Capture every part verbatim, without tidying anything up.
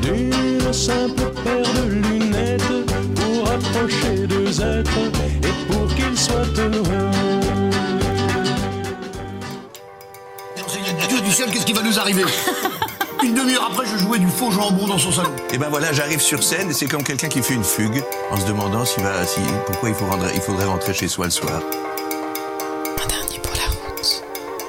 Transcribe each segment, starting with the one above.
Une simple paire de lunettes pour approcher deux êtres et pour qu'ils soient heureux. Dieu du ciel, qu'est-ce qui va nous arriver? Une demi-heure après, je jouais du faux jambon dans son salon. Et ben voilà, j'arrive sur scène et c'est comme quelqu'un qui fait une fugue en se demandant s'il va, si, pourquoi il, faut rendre, il faudrait rentrer chez soi le soir. Un dernier pour la route.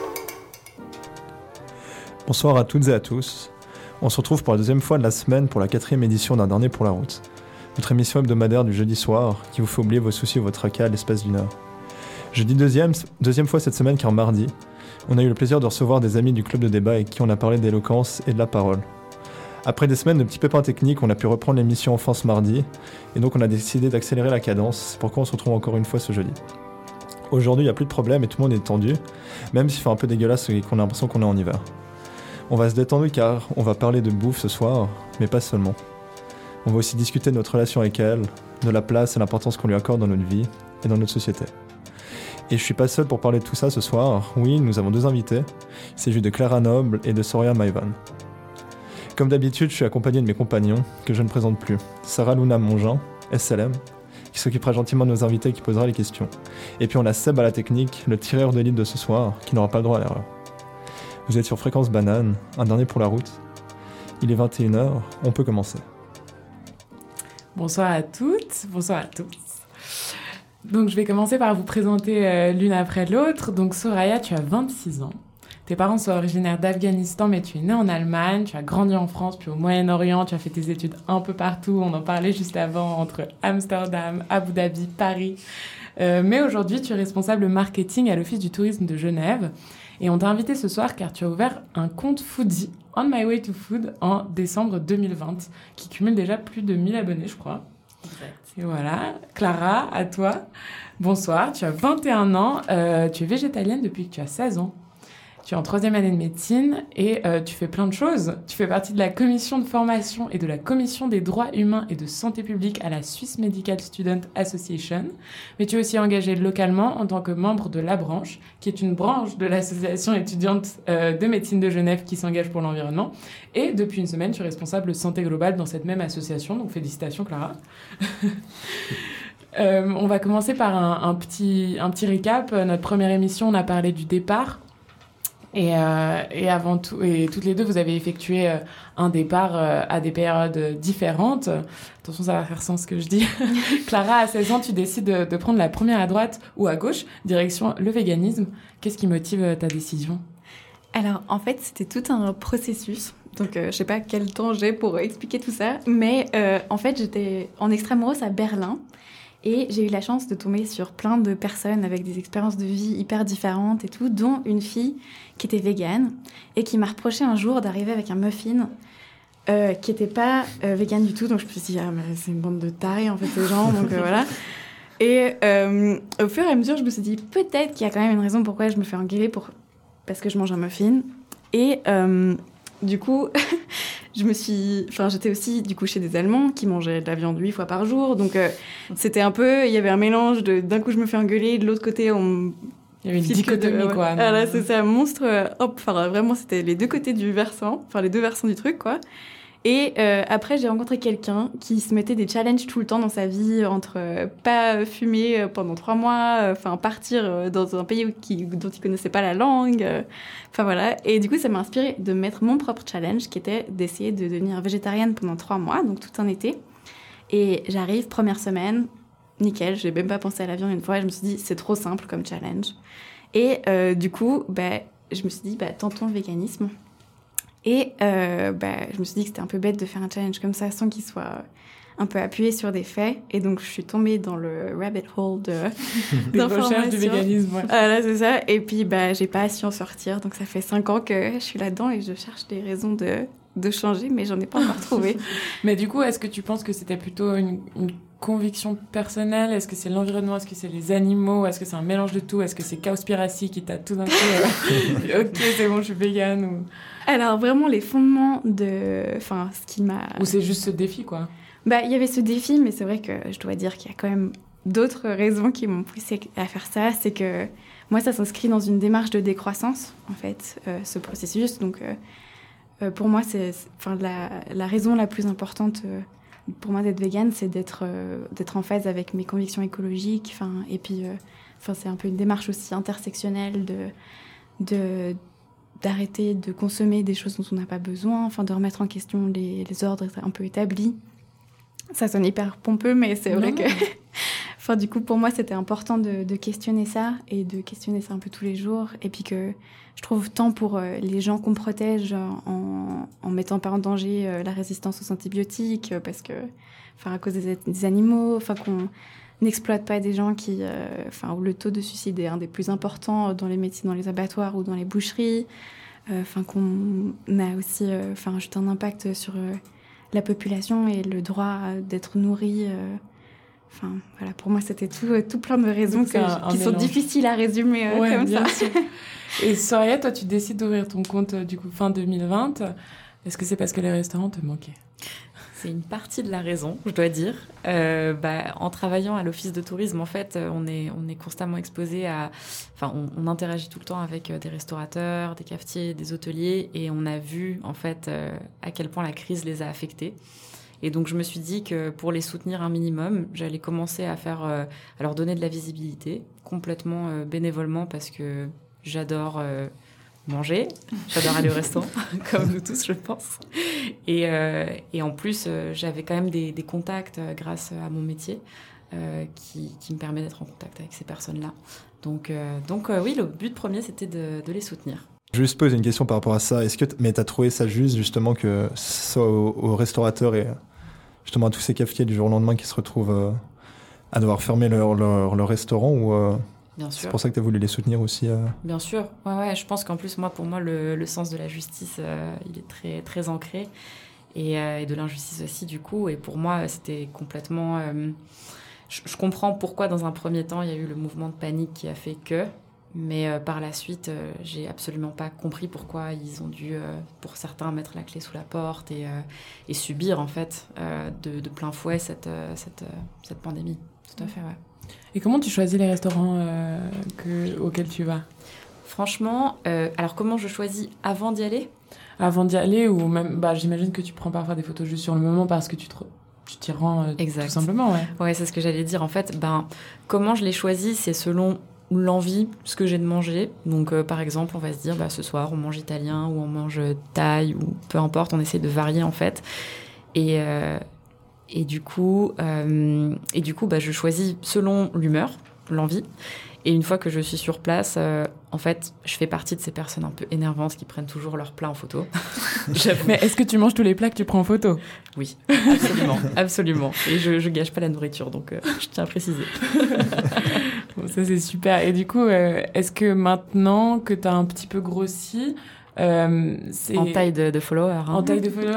Bonsoir à toutes et à tous. On se retrouve pour la deuxième fois de la semaine pour la quatrième édition d'un dernier pour la route. Notre émission hebdomadaire du jeudi soir qui vous fait oublier vos soucis et vos tracas à l'espace d'une heure. Jeudi deuxième, deuxième fois cette semaine car mardi, on a eu le plaisir de recevoir des amis du club de débat avec qui on a parlé d'éloquence et de la parole. Après des semaines de petits pépins techniques, on a pu reprendre l'émission enfin ce mardi, et donc on a décidé d'accélérer la cadence, c'est pourquoi on se retrouve encore une fois ce jeudi. Aujourd'hui, il n'y a plus de problème et tout le monde est tendu, même s'il fait un peu dégueulasse et qu'on a l'impression qu'on est en hiver. On va se détendre car on va parler de bouffe ce soir, mais pas seulement. On va aussi discuter de notre relation avec elle, de la place et l'importance qu'on lui accorde dans notre vie et dans notre société. Et je suis pas seul pour parler de tout ça ce soir. Oui, nous avons deux invités. Il s'agit de Clara Noble et de Soria Maivan. Comme d'habitude, je suis accompagné de mes compagnons, que je ne présente plus. Sarah Luna Mongin, S L M, qui s'occupera gentiment de nos invités et qui posera les questions. Et puis on a Seb à la technique, le tireur d'élite de ce soir, qui n'aura pas le droit à l'erreur. Vous êtes sur Fréquence Banane, un dernier pour la route. Il est vingt et une heures, on peut commencer. Bonsoir à toutes, bonsoir à tous. Donc je vais commencer par vous présenter euh, l'une après l'autre. Donc Soraya, tu as vingt-six ans. Tes parents sont originaires d'Afghanistan, mais tu es née en Allemagne. Tu as grandi en France, puis au Moyen-Orient. Tu as fait tes études un peu partout. On en parlait juste avant, entre Amsterdam, Abu Dhabi, Paris. Euh, mais aujourd'hui, tu es responsable marketing à l'Office du tourisme de Genève. Et on t'a invité ce soir car tu as ouvert un compte foodie, On My Way to Food, en décembre deux mille vingt, qui cumule déjà plus de mille abonnés, je crois. Exact. Et voilà, Clara, à toi. Bonsoir, tu as vingt et un ans, euh, tu es végétalienne depuis que tu as seize ans. Tu es en troisième année de médecine et euh, tu fais plein de choses. Tu fais partie de la commission de formation et de la commission des droits humains et de santé publique à la Swiss Medical Student Association. Mais tu es aussi engagée localement en tant que membre de la branche, qui est une branche de l'association étudiante euh, de médecine de Genève qui s'engage pour l'environnement. Et depuis une semaine, tu es responsable santé globale dans cette même association. Donc félicitations, Clara. euh, on va commencer par un, un, petit, un petit récap. Notre première émission, on a parlé du départ. Et, euh, et avant tout, et toutes les deux, vous avez effectué euh, un départ euh, à des périodes différentes. Attention, ça va faire sens ce que je dis. Clara, à seize ans, tu décides de, de prendre la première à droite ou à gauche, direction le véganisme. Qu'est-ce qui motive ta décision ? Alors, en fait, c'était tout un processus. Donc, euh, je sais pas quel temps j'ai pour expliquer tout ça. Mais euh, en fait, j'étais en extramuros à Berlin. Et j'ai eu la chance de tomber sur plein de personnes avec des expériences de vie hyper différentes et tout, dont une fille qui était végane et qui m'a reproché un jour d'arriver avec un muffin euh, qui n'était pas euh, végane du tout. Donc je me suis dit, ah, mais c'est une bande de tarés en fait, ces gens. Donc euh, voilà. Et euh, au fur et à mesure, je me suis dit, peut-être qu'il y a quand même une raison pourquoi je me fais engueuler pour... parce que je mange un muffin. Et euh, du coup... Je me suis... Enfin, j'étais aussi, du coup, chez des Allemands qui mangeaient de la viande huit fois par jour. Donc, euh, c'était un peu... Il y avait un mélange de... D'un coup, je me fais engueuler. De l'autre côté, on... Il y avait une dichotomie, de... quoi. Ah là, c'est ça, un monstre. Euh, hop, enfin, vraiment, c'était les deux côtés du versant. Enfin, les deux versants du truc, quoi. Et euh, après, j'ai rencontré quelqu'un qui se mettait des challenges tout le temps dans sa vie, entre euh, pas fumer pendant trois mois, enfin euh, partir euh, dans un pays qui, dont il connaissait pas la langue, enfin euh, voilà. Et du coup, ça m'a inspiré de mettre mon propre challenge, qui était d'essayer de devenir végétarienne pendant trois mois, donc tout un été. Et j'arrive, première semaine, nickel, j'ai même pas pensé à la viande une fois, et je me suis dit, c'est trop simple comme challenge. Et euh, du coup, bah, je me suis dit, bah, tentons le véganisme. Et euh, bah, je me suis dit que c'était un peu bête de faire un challenge comme ça sans qu'il soit un peu appuyé sur des faits. Et donc, je suis tombée dans le rabbit hole de, des recherches du véganisme. Ouais. Ah, là, c'est ça. Et puis, bah, j'ai pas su en sortir. Donc, ça fait cinq ans que je suis là-dedans et je cherche des raisons de, de changer, mais j'en ai pas encore trouvé. Mais du coup, est-ce que tu penses que c'était plutôt une, une conviction personnelle ? Est-ce que c'est l'environnement ? Est-ce que c'est les animaux ? Est-ce que c'est un mélange de tout ? Est-ce que c'est Cowspiracy qui t'a tout d'un coup euh, ok, c'est bon, je suis végane ou... Alors, vraiment, les fondements de... Enfin, ce qui m'a... Ou c'est juste ce défi, quoi ? Bah, il y avait ce défi, mais c'est vrai que je dois dire qu'il y a quand même d'autres raisons qui m'ont poussée à faire ça. C'est que moi, ça s'inscrit dans une démarche de décroissance, en fait, euh, ce processus. Donc, euh, euh, pour moi, c'est, c'est, enfin, la, la raison la plus importante euh, pour moi d'être végane, c'est d'être, euh, d'être en phase avec mes convictions écologiques. Enfin, et puis, euh, enfin, c'est un peu une démarche aussi intersectionnelle de, de, d'arrêter de consommer des choses dont on n'a pas besoin, enfin, de remettre en question les, les ordres un peu établis. Ça sonne hyper pompeux, mais c'est vrai non. que... enfin, du coup, pour moi, c'était important de, de questionner ça et de questionner ça un peu tous les jours. Et puis que je trouve tant pour euh, les gens qu'on protège en, en mettant pas en danger euh, la résistance aux antibiotiques, euh, parce que, enfin, à cause des, des animaux, enfin, qu'on n'exploite pas des gens qui... Enfin, euh, où le taux de suicide est un des plus importants dans les métiers, dans les abattoirs ou dans les boucheries. Enfin, euh, qu'on a aussi enfin, juste un impact sur... Euh, la population et le droit d'être nourri. Euh, enfin, voilà, pour moi, c'était tout, tout plein de raisons que, un, qui un sont mélange. difficiles à résumer euh, ouais, comme bien ça. Sûr. Et Soraya, toi, tu décides d'ouvrir ton compte du coup fin deux mille vingt. Est-ce que c'est parce que les restaurants te manquaient ? C'est une partie de la raison, je dois dire. Euh, bah, en travaillant à l'office de tourisme, en fait, on est, on est constamment exposé à... Enfin, on, on interagit tout le temps avec des restaurateurs, des cafetiers, des hôteliers, et on a vu, en fait, euh, à quel point la crise les a affectés. Et donc, je me suis dit que pour les soutenir un minimum, j'allais commencer à faire... Euh, à leur donner de la visibilité, complètement euh, bénévolement, parce que j'adore... Euh, manger, j'adore aller au restaurant, comme nous tous, je pense. Et, euh, et en plus, euh, j'avais quand même des, des contacts euh, grâce à mon métier euh, qui, qui me permet d'être en contact avec ces personnes-là. Donc, euh, donc euh, oui, le but premier, c'était de, de les soutenir. Je vais juste poser une question par rapport à ça. Est-ce que t- mais tu as trouvé ça juste, justement, que ce soit aux, aux restaurateurs et justement à tous ces cafetiers du jour au lendemain qui se retrouvent euh, à devoir fermer leur, leur, leur restaurant ou euh... Bien sûr. C'est pour ça que tu as voulu les soutenir aussi euh... Bien sûr. Ouais, ouais, je pense qu'en plus, moi, pour moi, le, le sens de la justice, euh, il est très, très ancré. Et, euh, et de l'injustice aussi, du coup. Et pour moi, c'était complètement... Euh, je, je comprends pourquoi, dans un premier temps, il y a eu le mouvement de panique qui a fait que... Mais euh, par la suite, euh, j'ai absolument pas compris pourquoi ils ont dû, euh, pour certains, mettre la clé sous la porte et, euh, et subir, en fait, euh, de, de plein fouet cette, euh, cette, euh, cette pandémie. Tout à fait, ouais. Et comment tu choisis les restaurants euh, que, auxquels tu vas ? Franchement, euh, alors comment je choisis avant d'y aller ? Avant d'y aller, ou même, bah, j'imagine que tu prends parfois des photos juste sur le moment parce que tu te, tu t'y rends euh, tout simplement. Ouais, ouais, c'est ce que j'allais dire. En fait, ben, comment je les choisis, c'est selon l'envie, ce que j'ai de manger. Donc, euh, par exemple, on va se dire, bah, ce soir, on mange italien ou on mange thaï ou peu importe, on essaie de varier en fait. Et... Euh, Et du coup, euh, et du coup bah, je choisis selon l'humeur, l'envie. Et une fois que je suis sur place, euh, en fait, je fais partie de ces personnes un peu énervantes qui prennent toujours leurs plats en photo. Mais est-ce que tu manges tous les plats que tu prends en photo ? Oui, absolument, absolument. Et je ne gâche pas la nourriture, donc euh, je tiens à préciser. Bon, ça, c'est super. Et du coup, euh, est-ce que maintenant que tu as un petit peu grossi... Euh, c'est... En taille de, de follower. Hein. En taille de follower.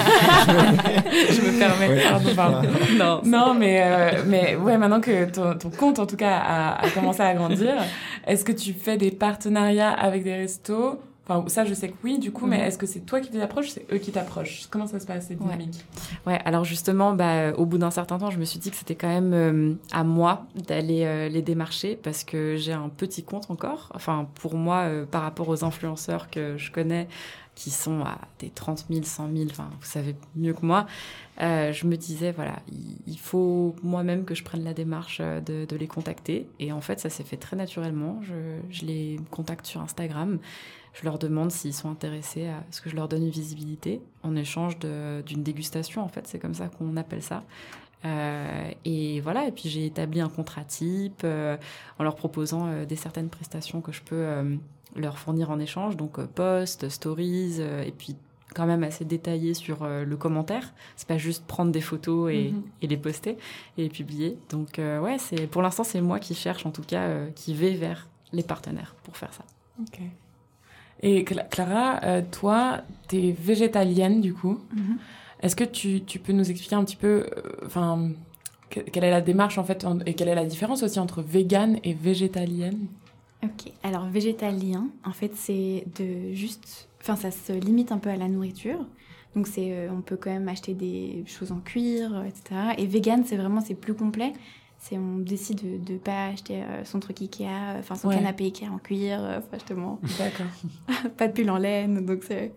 Je me permets. Oui. Pardon, pardon. Non, non mais, euh, mais ouais, maintenant que ton, ton compte, en tout cas, a, a commencé à grandir, est-ce que tu fais des partenariats avec des restos ? Enfin, ça, je sais que oui, du coup, mmh. mais est-ce que c'est toi qui les approches, c'est eux qui t'approchent ? Comment ça se passe, cette dynamique ? Ouais. ouais, alors justement, bah, au bout d'un certain temps, je me suis dit que c'était quand même euh, à moi d'aller euh, les démarcher parce que j'ai un petit compte encore. Enfin, pour moi, euh, par rapport aux influenceurs que je connais, qui sont à des trente mille, cent mille, enfin, vous savez mieux que moi, euh, je me disais, voilà, il faut moi-même que je prenne la démarche de, de les contacter. Et en fait, ça s'est fait très naturellement. Je, je les contacte sur Instagram. Je leur demande s'ils sont intéressés à ce que je leur donne une visibilité en échange de, d'une dégustation, en fait, c'est comme ça qu'on appelle ça. Euh, et voilà, et puis j'ai établi un contrat type euh, en leur proposant euh, des certaines prestations que je peux euh, leur fournir en échange, donc euh, posts, stories, euh, et puis quand même assez détaillé sur euh, le commentaire. C'est pas juste prendre des photos et, mm-hmm. et les poster et les publier. Donc euh, ouais, c'est, pour l'instant, c'est moi qui cherche, en tout cas, euh, qui vais vers les partenaires pour faire ça. Ok. Et Clara, euh, toi, t'es végétalienne du coup. Mm-hmm. Est-ce que tu, tu peux nous expliquer un petit peu, enfin, euh, quelle est la démarche en fait, et quelle est la différence aussi entre végane et végétalienne ? Ok, alors végétalien, en fait, c'est de juste, enfin, ça se limite un peu à la nourriture. Donc c'est, euh, on peut quand même acheter des choses en cuir, et cetera. Et vegan, c'est vraiment, c'est plus complet. C'est, on décide de ne pas acheter euh, son truc Ikea, enfin son ouais. canapé Ikea en cuir, enfin euh, justement. D'accord. Pas de pull en laine, donc c'est...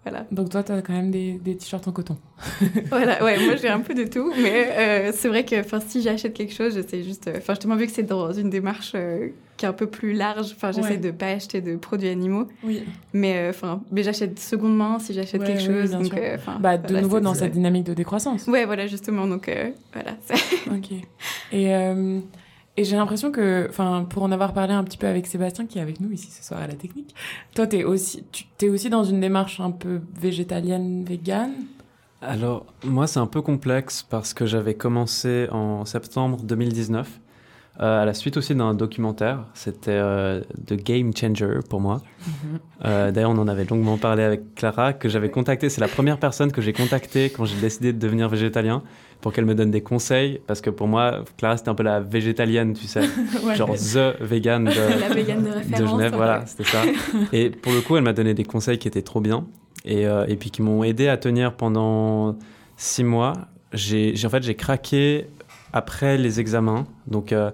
voilà. Donc toi, t'as quand même des, des t-shirts en coton. Voilà, ouais, moi j'ai un peu de tout, mais euh, c'est vrai que si j'achète quelque chose, j'essaie juste... Enfin, euh, justement, vu que c'est dans une démarche euh, qui est un peu plus large, enfin, j'essaie Ouais. de pas acheter de produits animaux, Oui. mais enfin, mais j'achète seconde main si j'achète Ouais, quelque oui, chose, bien donc... sûr. euh, enfin, Bah, de voilà, nouveau c'est- dans c'est- cette dynamique de décroissance. Ouais, voilà, justement, donc euh, voilà. c'est- Ok. Et, euh, et j'ai l'impression que, enfin, pour en avoir parlé un petit peu avec Sébastien, qui est avec nous ici ce soir à la technique, toi, t'es aussi, tu t'es aussi dans une démarche un peu végétalienne, végane. Alors, moi, c'est un peu complexe parce que j'avais commencé en septembre deux mille dix-neuf, euh, à la suite aussi d'un documentaire. C'était euh, The Game Changer pour moi. Euh, d'ailleurs, on en avait longuement parlé avec Clara, que j'avais contacté. C'est la première personne que j'ai contactée quand j'ai décidé de devenir végétalien pour qu'elle me donne des conseils. Parce que pour moi, Clara, c'était un peu la végétalienne, tu sais. Ouais. Genre The Vegan de, La végane de référence. de Genève, ouais. voilà, c'était ça. Et pour le coup, elle m'a donné des conseils qui étaient trop bien et, euh, et puis qui m'ont aidé à tenir pendant six mois. J'ai, j'ai, en fait, j'ai craqué après les examens, donc euh,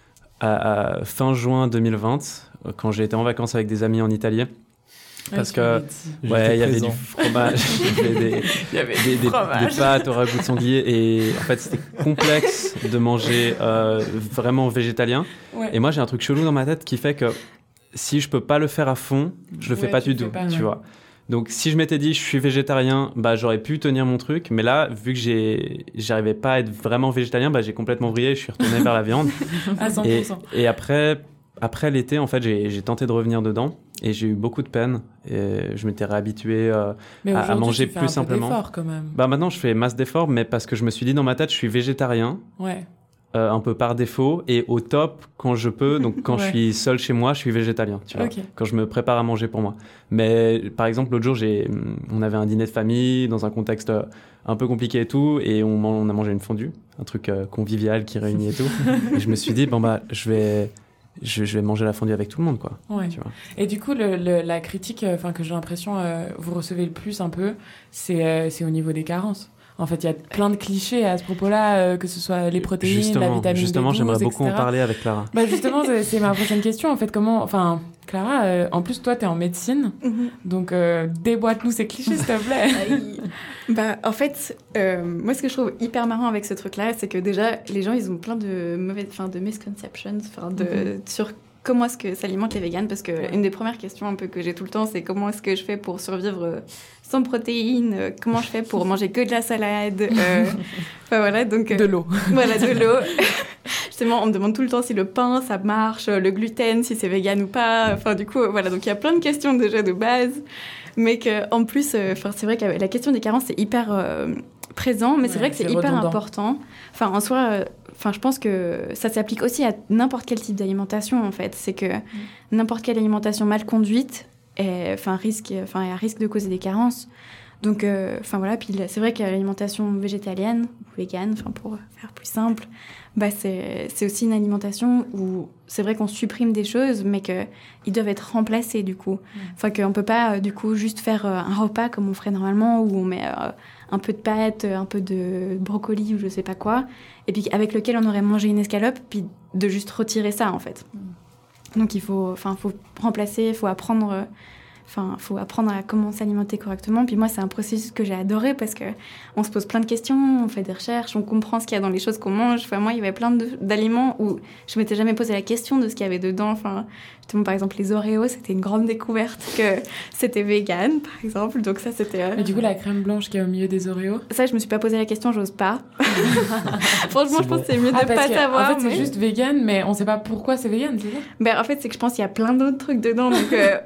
à, à fin juin deux mille vingt, quand j'ai été en vacances avec des amis en Italie. Parce tu que, m'avais dit. J'étais ouais, il y avait présent. du fromage, il y avait des, Il y avait des, du des- fromage. des pâtes au ragoût de sanglier. Et en fait, c'était complexe de manger euh, vraiment végétalien. Ouais. Et moi, j'ai un truc chelou dans ma tête qui fait que si je peux pas le faire à fond, je le fais Ouais, pas tu du le fais tout, pas, tu ouais. vois. Donc, si je m'étais dit je suis végétarien, bah j'aurais pu tenir mon truc. Mais là, vu que j'ai, j'arrivais pas à être vraiment végétalien, bah j'ai complètement vrillé. Je suis retourné vers la viande. À cent Et, pour cent. et après, après l'été, en fait, j'ai, j'ai tenté de revenir dedans et j'ai eu beaucoup de peine. Et je m'étais réhabitué euh, Mais à- à aujourd'hui, manger tu fais plus un peu simplement. d'effort, quand même. Bah maintenant, je fais masse d'efforts, mais parce que je me suis dit dans ma tête, je suis végétarien. Ouais. Euh, un peu par défaut et au top quand je peux, donc quand Ouais. je suis seul chez moi, je suis végétalien, tu vois, Ok. quand je me prépare à manger pour moi. Mais par exemple, l'autre jour, j'ai, on avait un dîner de famille dans un contexte euh, un peu compliqué et tout, et on, man- on a mangé une fondue, un truc euh, convivial qui réunit et tout. Et je me suis dit, bon bah, je vais, je, je vais manger la fondue avec tout le monde, quoi. Ouais. Tu vois. Et du coup, le, le- la critique, enfin que j'ai l'impression euh, vous recevez le plus un peu, c'est euh, c'est au niveau des carences. En fait, il y a plein de clichés à ce propos-là, euh, que ce soit les protéines, la Justement, vitamine justement, B douze, j'aimerais beaucoup en et cetera. parler avec Clara. Bah justement, c'est c'est ma prochaine question. En fait, comment, enfin, Clara, euh, en plus toi, t'es en médecine, Mhm. donc euh, déboîte-nous ces clichés, s'il te plaît. Aïe. Bah, en fait, euh, moi, ce que je trouve hyper marrant avec ce truc-là, c'est que déjà, les gens, ils ont plein de mauvaises, enfin, de misconceptions, enfin, de Mhm. sur comment est-ce que s'alimentent les véganes, parce que Ouais. une des premières questions un peu que j'ai tout le temps, c'est comment est-ce que je fais pour survivre euh, sans protéines, euh, comment je fais pour manger que de la salade, euh, enfin voilà, donc euh, De l'eau. voilà, de l'eau. Justement, on me demande tout le temps si le pain, ça marche, le gluten, si c'est vegan ou pas. Enfin, du coup, euh, voilà. Donc, il y a plein de questions déjà de base. Mais qu'en plus, euh, enfin, c'est vrai que la question des carences, c'est hyper euh, présent. Mais c'est Ouais, vrai que c'est c'est hyper redondant. important. Enfin, en soi, euh, enfin, je pense que ça s'applique aussi à n'importe quel type d'alimentation, en fait. C'est que n'importe quelle alimentation mal conduite est, enfin, risque, enfin, est à risque de causer des carences. Donc, euh, enfin voilà, puis là, c'est vrai que l'alimentation végétalienne ou végane, enfin pour faire plus simple, bah c'est c'est aussi une alimentation où c'est vrai qu'on supprime des choses, mais que ils doivent être remplacés du coup. Enfin qu'on peut pas euh, du coup juste faire euh, un repas comme on ferait normalement où on met euh, un peu de pâtes, un peu de brocoli ou je sais pas quoi, et puis avec lequel on aurait mangé une escalope, puis de juste retirer ça en fait. Donc il faut, enfin faut remplacer, il faut apprendre. euh, Enfin, faut apprendre à comment s'alimenter correctement. Puis moi, c'est un processus que j'ai adoré parce que on se pose plein de questions, on fait des recherches, on comprend ce qu'il y a dans les choses qu'on mange. Enfin, moi, il y avait plein de- d'aliments où je m'étais jamais posé la question de ce qu'il y avait dedans. Enfin, justement, par exemple, les Oreos, c'était une grande découverte que c'était vegan, par exemple. Donc ça, c'était... euh, Mais du coup, la crème blanche qui est au milieu des Oreos. Ça, je me suis pas posé la question, j'ose pas. Franchement, C'est je bon. pense que c'est mieux de Ah, parce pas que, savoir. en fait, c'est mais- juste vegan, mais on sait pas pourquoi c'est vegan, c'est ça? Ben, en fait, c'est que je pense qu'il y a plein d'autres trucs dedans. Donc, euh,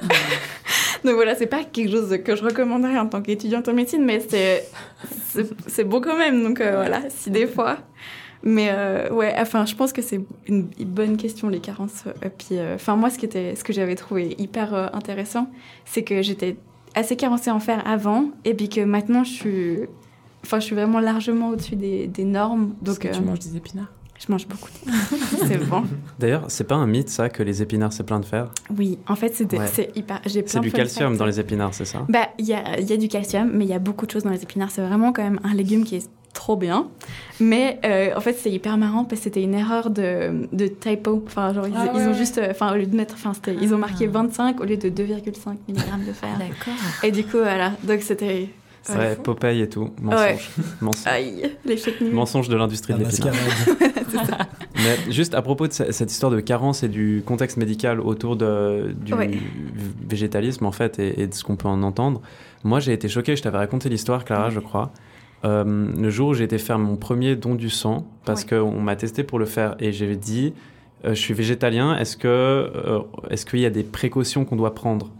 donc voilà, c'est pas quelque chose que je recommanderais en tant qu'étudiante en médecine, mais c'est, c'est, c'est beau quand même. Donc euh, voilà, si des fois. Mais euh, ouais, enfin, je pense que c'est une bonne question, les carences. Et puis, euh, enfin, moi, ce, qui était, ce que j'avais trouvé hyper euh, intéressant, c'est que j'étais assez carencée en fer avant, et puis que maintenant, je suis, enfin, je suis vraiment largement au-dessus des, des normes. Donc, Donc, tu euh, manges des épinards. je mange beaucoup. C'est bon. D'ailleurs, c'est pas un mythe ça que les épinards c'est plein de fer. Oui, en fait, c'est, des- Ouais. c'est hyper. J'ai plein C'est de du fun calcium facts. dans les épinards, c'est ça? Bah, il y a, il y a du calcium, mais il y a beaucoup de choses dans les épinards. C'est vraiment quand même un légume qui est trop bien. Mais euh, en fait, c'est hyper marrant parce que c'était une erreur de, de typo. Enfin, genre, ils, Ah, ils ouais, ont ouais. juste... Enfin, au lieu de mettre... Enfin, c'était, ils ont marqué vingt-cinq au lieu de deux virgule cinq milligrammes de fer. D'accord. Et du coup, voilà. Donc, c'était... Ouais, Popeye et tout. Mensonge. Ouais. Mensonge. Aïe, les fake news. Mensonge de l'industrie La de l'épinard. mascarade. Mais juste à propos de ce- cette histoire de carence et du contexte médical autour de, du Ouais. végétalisme en fait et, et de ce qu'on peut en entendre, moi j'ai été choqué, je t'avais raconté l'histoire Clara je crois, euh, le jour où j'ai été faire mon premier don du sang parce Ouais. qu'on m'a testé pour le faire et j'avais dit euh, je suis végétalien, est-ce que euh, est-ce qu'il y a des précautions qu'on doit prendre?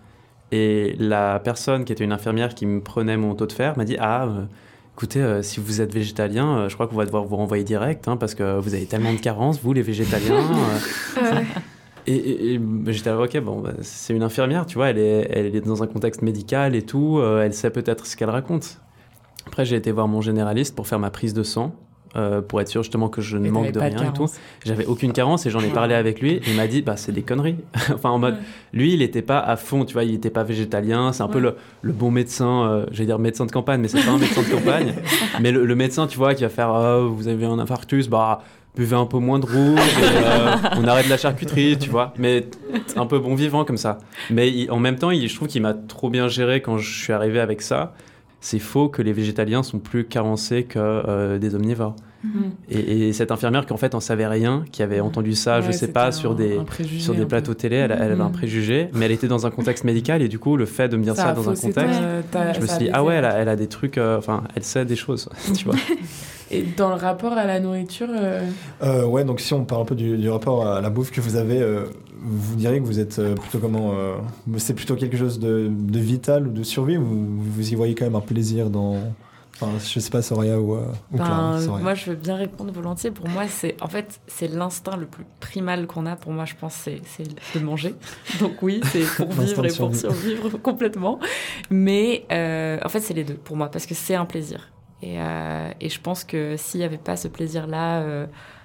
Et la personne qui était une infirmière qui me prenait mon taux de fer m'a dit ah euh, écoutez, euh, si vous êtes végétalien, euh, je crois qu'on va devoir vous renvoyer direct, hein, parce que vous avez tellement de carences, vous les végétaliens. euh. Ouais. et, et- et, bah, j'étais là, ok, bon, bah, c'est une infirmière, tu vois, elle est, elle est dans un contexte médical et tout, euh, elle sait peut-être ce qu'elle raconte. Après, j'ai été voir mon généraliste pour faire ma prise de sang, euh, pour être sûr justement que je ne Et manque t'avais de pas de rien et tout. carence. J'avais aucune carence et j'en ai parlé avec lui. Et il m'a dit, bah, c'est des conneries. Enfin, en mode, Ouais. lui, il n'était pas à fond, tu vois, il n'était pas végétalien. C'est un peu Ouais. le, le bon médecin, euh, j'allais dire médecin de campagne, mais c'est pas un médecin de campagne. Mais le, le médecin, tu vois, qui va faire, ah, vous avez un infarctus, bah, buvez un peu moins de rouge, et, euh, on arrête la charcuterie, tu vois. Mais un peu bon vivant comme ça. Mais il- en même temps, il, je trouve qu'il m'a trop bien géré quand je suis arrivé avec ça. C'est faux que les végétaliens sont plus carencés que euh, des omnivores. Mhm. Et, et cette infirmière qui en fait en savait rien, qui avait entendu ça, je Ouais, sais c'était pas, un- sur des un préjugé sur un des peu. plateaux télé, elle, elle avait un Mhm. préjugé, mais elle était dans un contexte médical et du coup le fait de me dire ça, a dans un faussé contexte, ta- ta- je me ça suis dit a ah ouais, baisé. elle a, elle a des trucs, euh, enfin elle sait des choses, tu vois. Et dans le rapport à la nourriture, euh, Euh, ouais, donc si on parle un peu du, du rapport à la bouffe que vous avez, euh, vous diriez que vous êtes euh, plutôt comment euh, c'est plutôt quelque chose de, de vital ou de survie, ou vous y voyez quand même un plaisir dans... Enfin, je sais pas, Soraya ou, euh, ou Ben, Clara. Soraya. moi, je veux bien répondre volontiers. Pour moi, c'est en fait, c'est l'instinct le plus primal qu'on a. Pour moi, je pense, c'est, c'est de manger. Donc oui, c'est pour L'instinct vivre de et pour survie. survivre complètement. Mais euh, en fait, c'est les deux pour moi parce que c'est un plaisir. Et, euh, et je pense que s'il n'y avait pas ce plaisir-là, euh,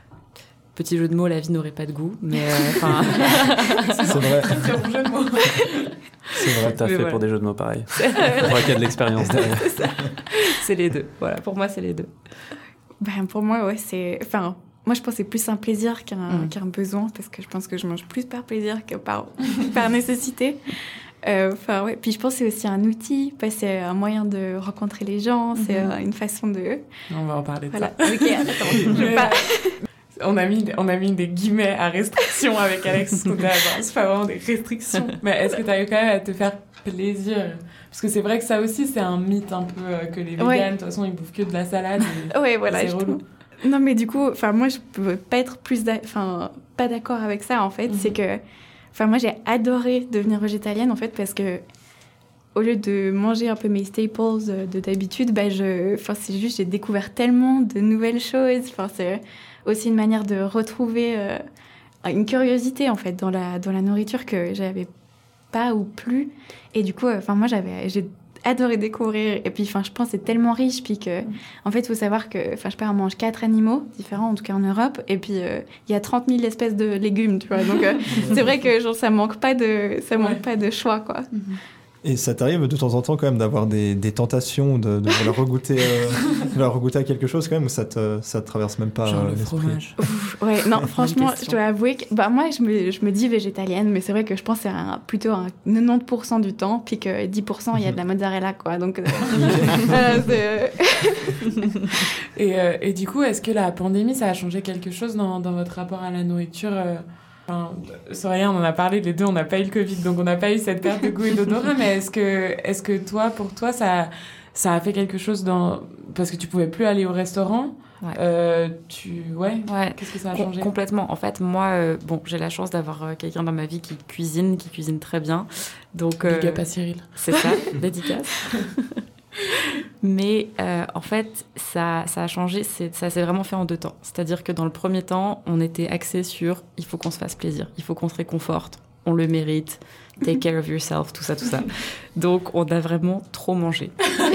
petit jeu de mots, la vie n'aurait pas de goût. Mais euh, enfin, C'est vrai, sur le jeu de mots. c'est vrai. Tout à Mais fait voilà. pour des jeux de mots pareils. On voit qu'il y a de l'expérience derrière. c'est les deux. Voilà, pour moi, c'est les deux. Ben, pour moi, ouais, c'est... Enfin, moi, je pense que c'est plus un plaisir qu'un, Mm. qu'un besoin, parce que je pense que je mange plus par plaisir que par, par nécessité. Euh, Enfin, ouais. Puis je pense que c'est aussi un outil, parce que c'est un moyen de rencontrer les gens, c'est Mhm. euh, une façon de... On va en parler de Voilà. ça. Ok, attends, je veux pas... On a, mis, on a mis des guillemets à restrictions avec Alex, parce qu'on était là, genre, c'est pas vraiment des restrictions. Mais est-ce que tu arrives quand même à te faire plaisir? Parce que c'est vrai que ça aussi, c'est un mythe un peu euh, que les Ouais. véganes, de toute façon, ils bouffent que de la salade. et Ouais, voilà, c'est je relou. trouve. Non, mais du coup, enfin, moi, je peux pas être plus, d'a- enfin, pas d'accord avec ça, en fait. Mhm. C'est que, enfin, moi, j'ai adoré devenir végétalienne, en fait, parce que, au lieu de manger un peu mes staples de, de d'habitude, bah, je, enfin, c'est juste, j'ai découvert tellement de nouvelles choses. Enfin, c'est aussi une manière de retrouver euh, une curiosité, en fait, dans la, dans la nourriture que j'avais pas ou plus. Et du coup, enfin, moi, j'avais, j'ai adoré découvrir. Et puis, enfin, je pense que c'est tellement riche, puis que, en fait, il faut savoir que, enfin, je sais pas, on mange quatre animaux différents, en tout cas en Europe, et puis euh, il y a trente mille espèces de légumes, tu vois. Donc, euh, c'est vrai que genre, ça manque pas de, ça manque Ouais. pas de choix, quoi. Et ça t'arrive de temps en temps quand même d'avoir des, des tentations de, de vouloir regoûter, euh, de vouloir regoûter à quelque chose quand même, ou ça te, ça te traverse même pas Genre euh, le l'esprit? fromage. Ouf, ouais, non, franchement, question. je dois avouer que, bah, moi, je me, je me dis végétalienne, mais c'est vrai que je pense que c'est un- plutôt un quatre-vingt-dix pour cent du temps, puis que dix pour cent, il y a de la mozzarella, quoi. Donc, euh, voilà, c'est- Et, euh, et du coup, est-ce que la pandémie, ça a changé quelque chose dans, dans votre rapport à la nourriture euh, enfin, Soraya, on en a parlé, les deux, on n'a pas eu le Covid, donc on n'a pas eu cette perte de goût et d'odorat, mais est-ce que, est-ce que toi, pour toi, ça, ça a fait quelque chose dans... Parce que tu pouvais plus aller au restaurant, Ouais. euh, tu... Ouais, Ouais. qu'est-ce que ça a Com- changé? Complètement. En fait, moi, euh, bon, j'ai la chance d'avoir euh, quelqu'un dans ma vie qui cuisine, qui cuisine très bien. Donc, euh, Big up à Cyril. c'est ça, dédicace. Mais euh, en fait, ça, ça a changé, c'est, ça s'est vraiment fait en deux temps. C'est-à-dire que dans le premier temps, on était axé sur il faut qu'on se fasse plaisir, il faut qu'on se réconforte, on le mérite, take care of yourself, tout ça, tout ça. Donc, on a vraiment trop mangé.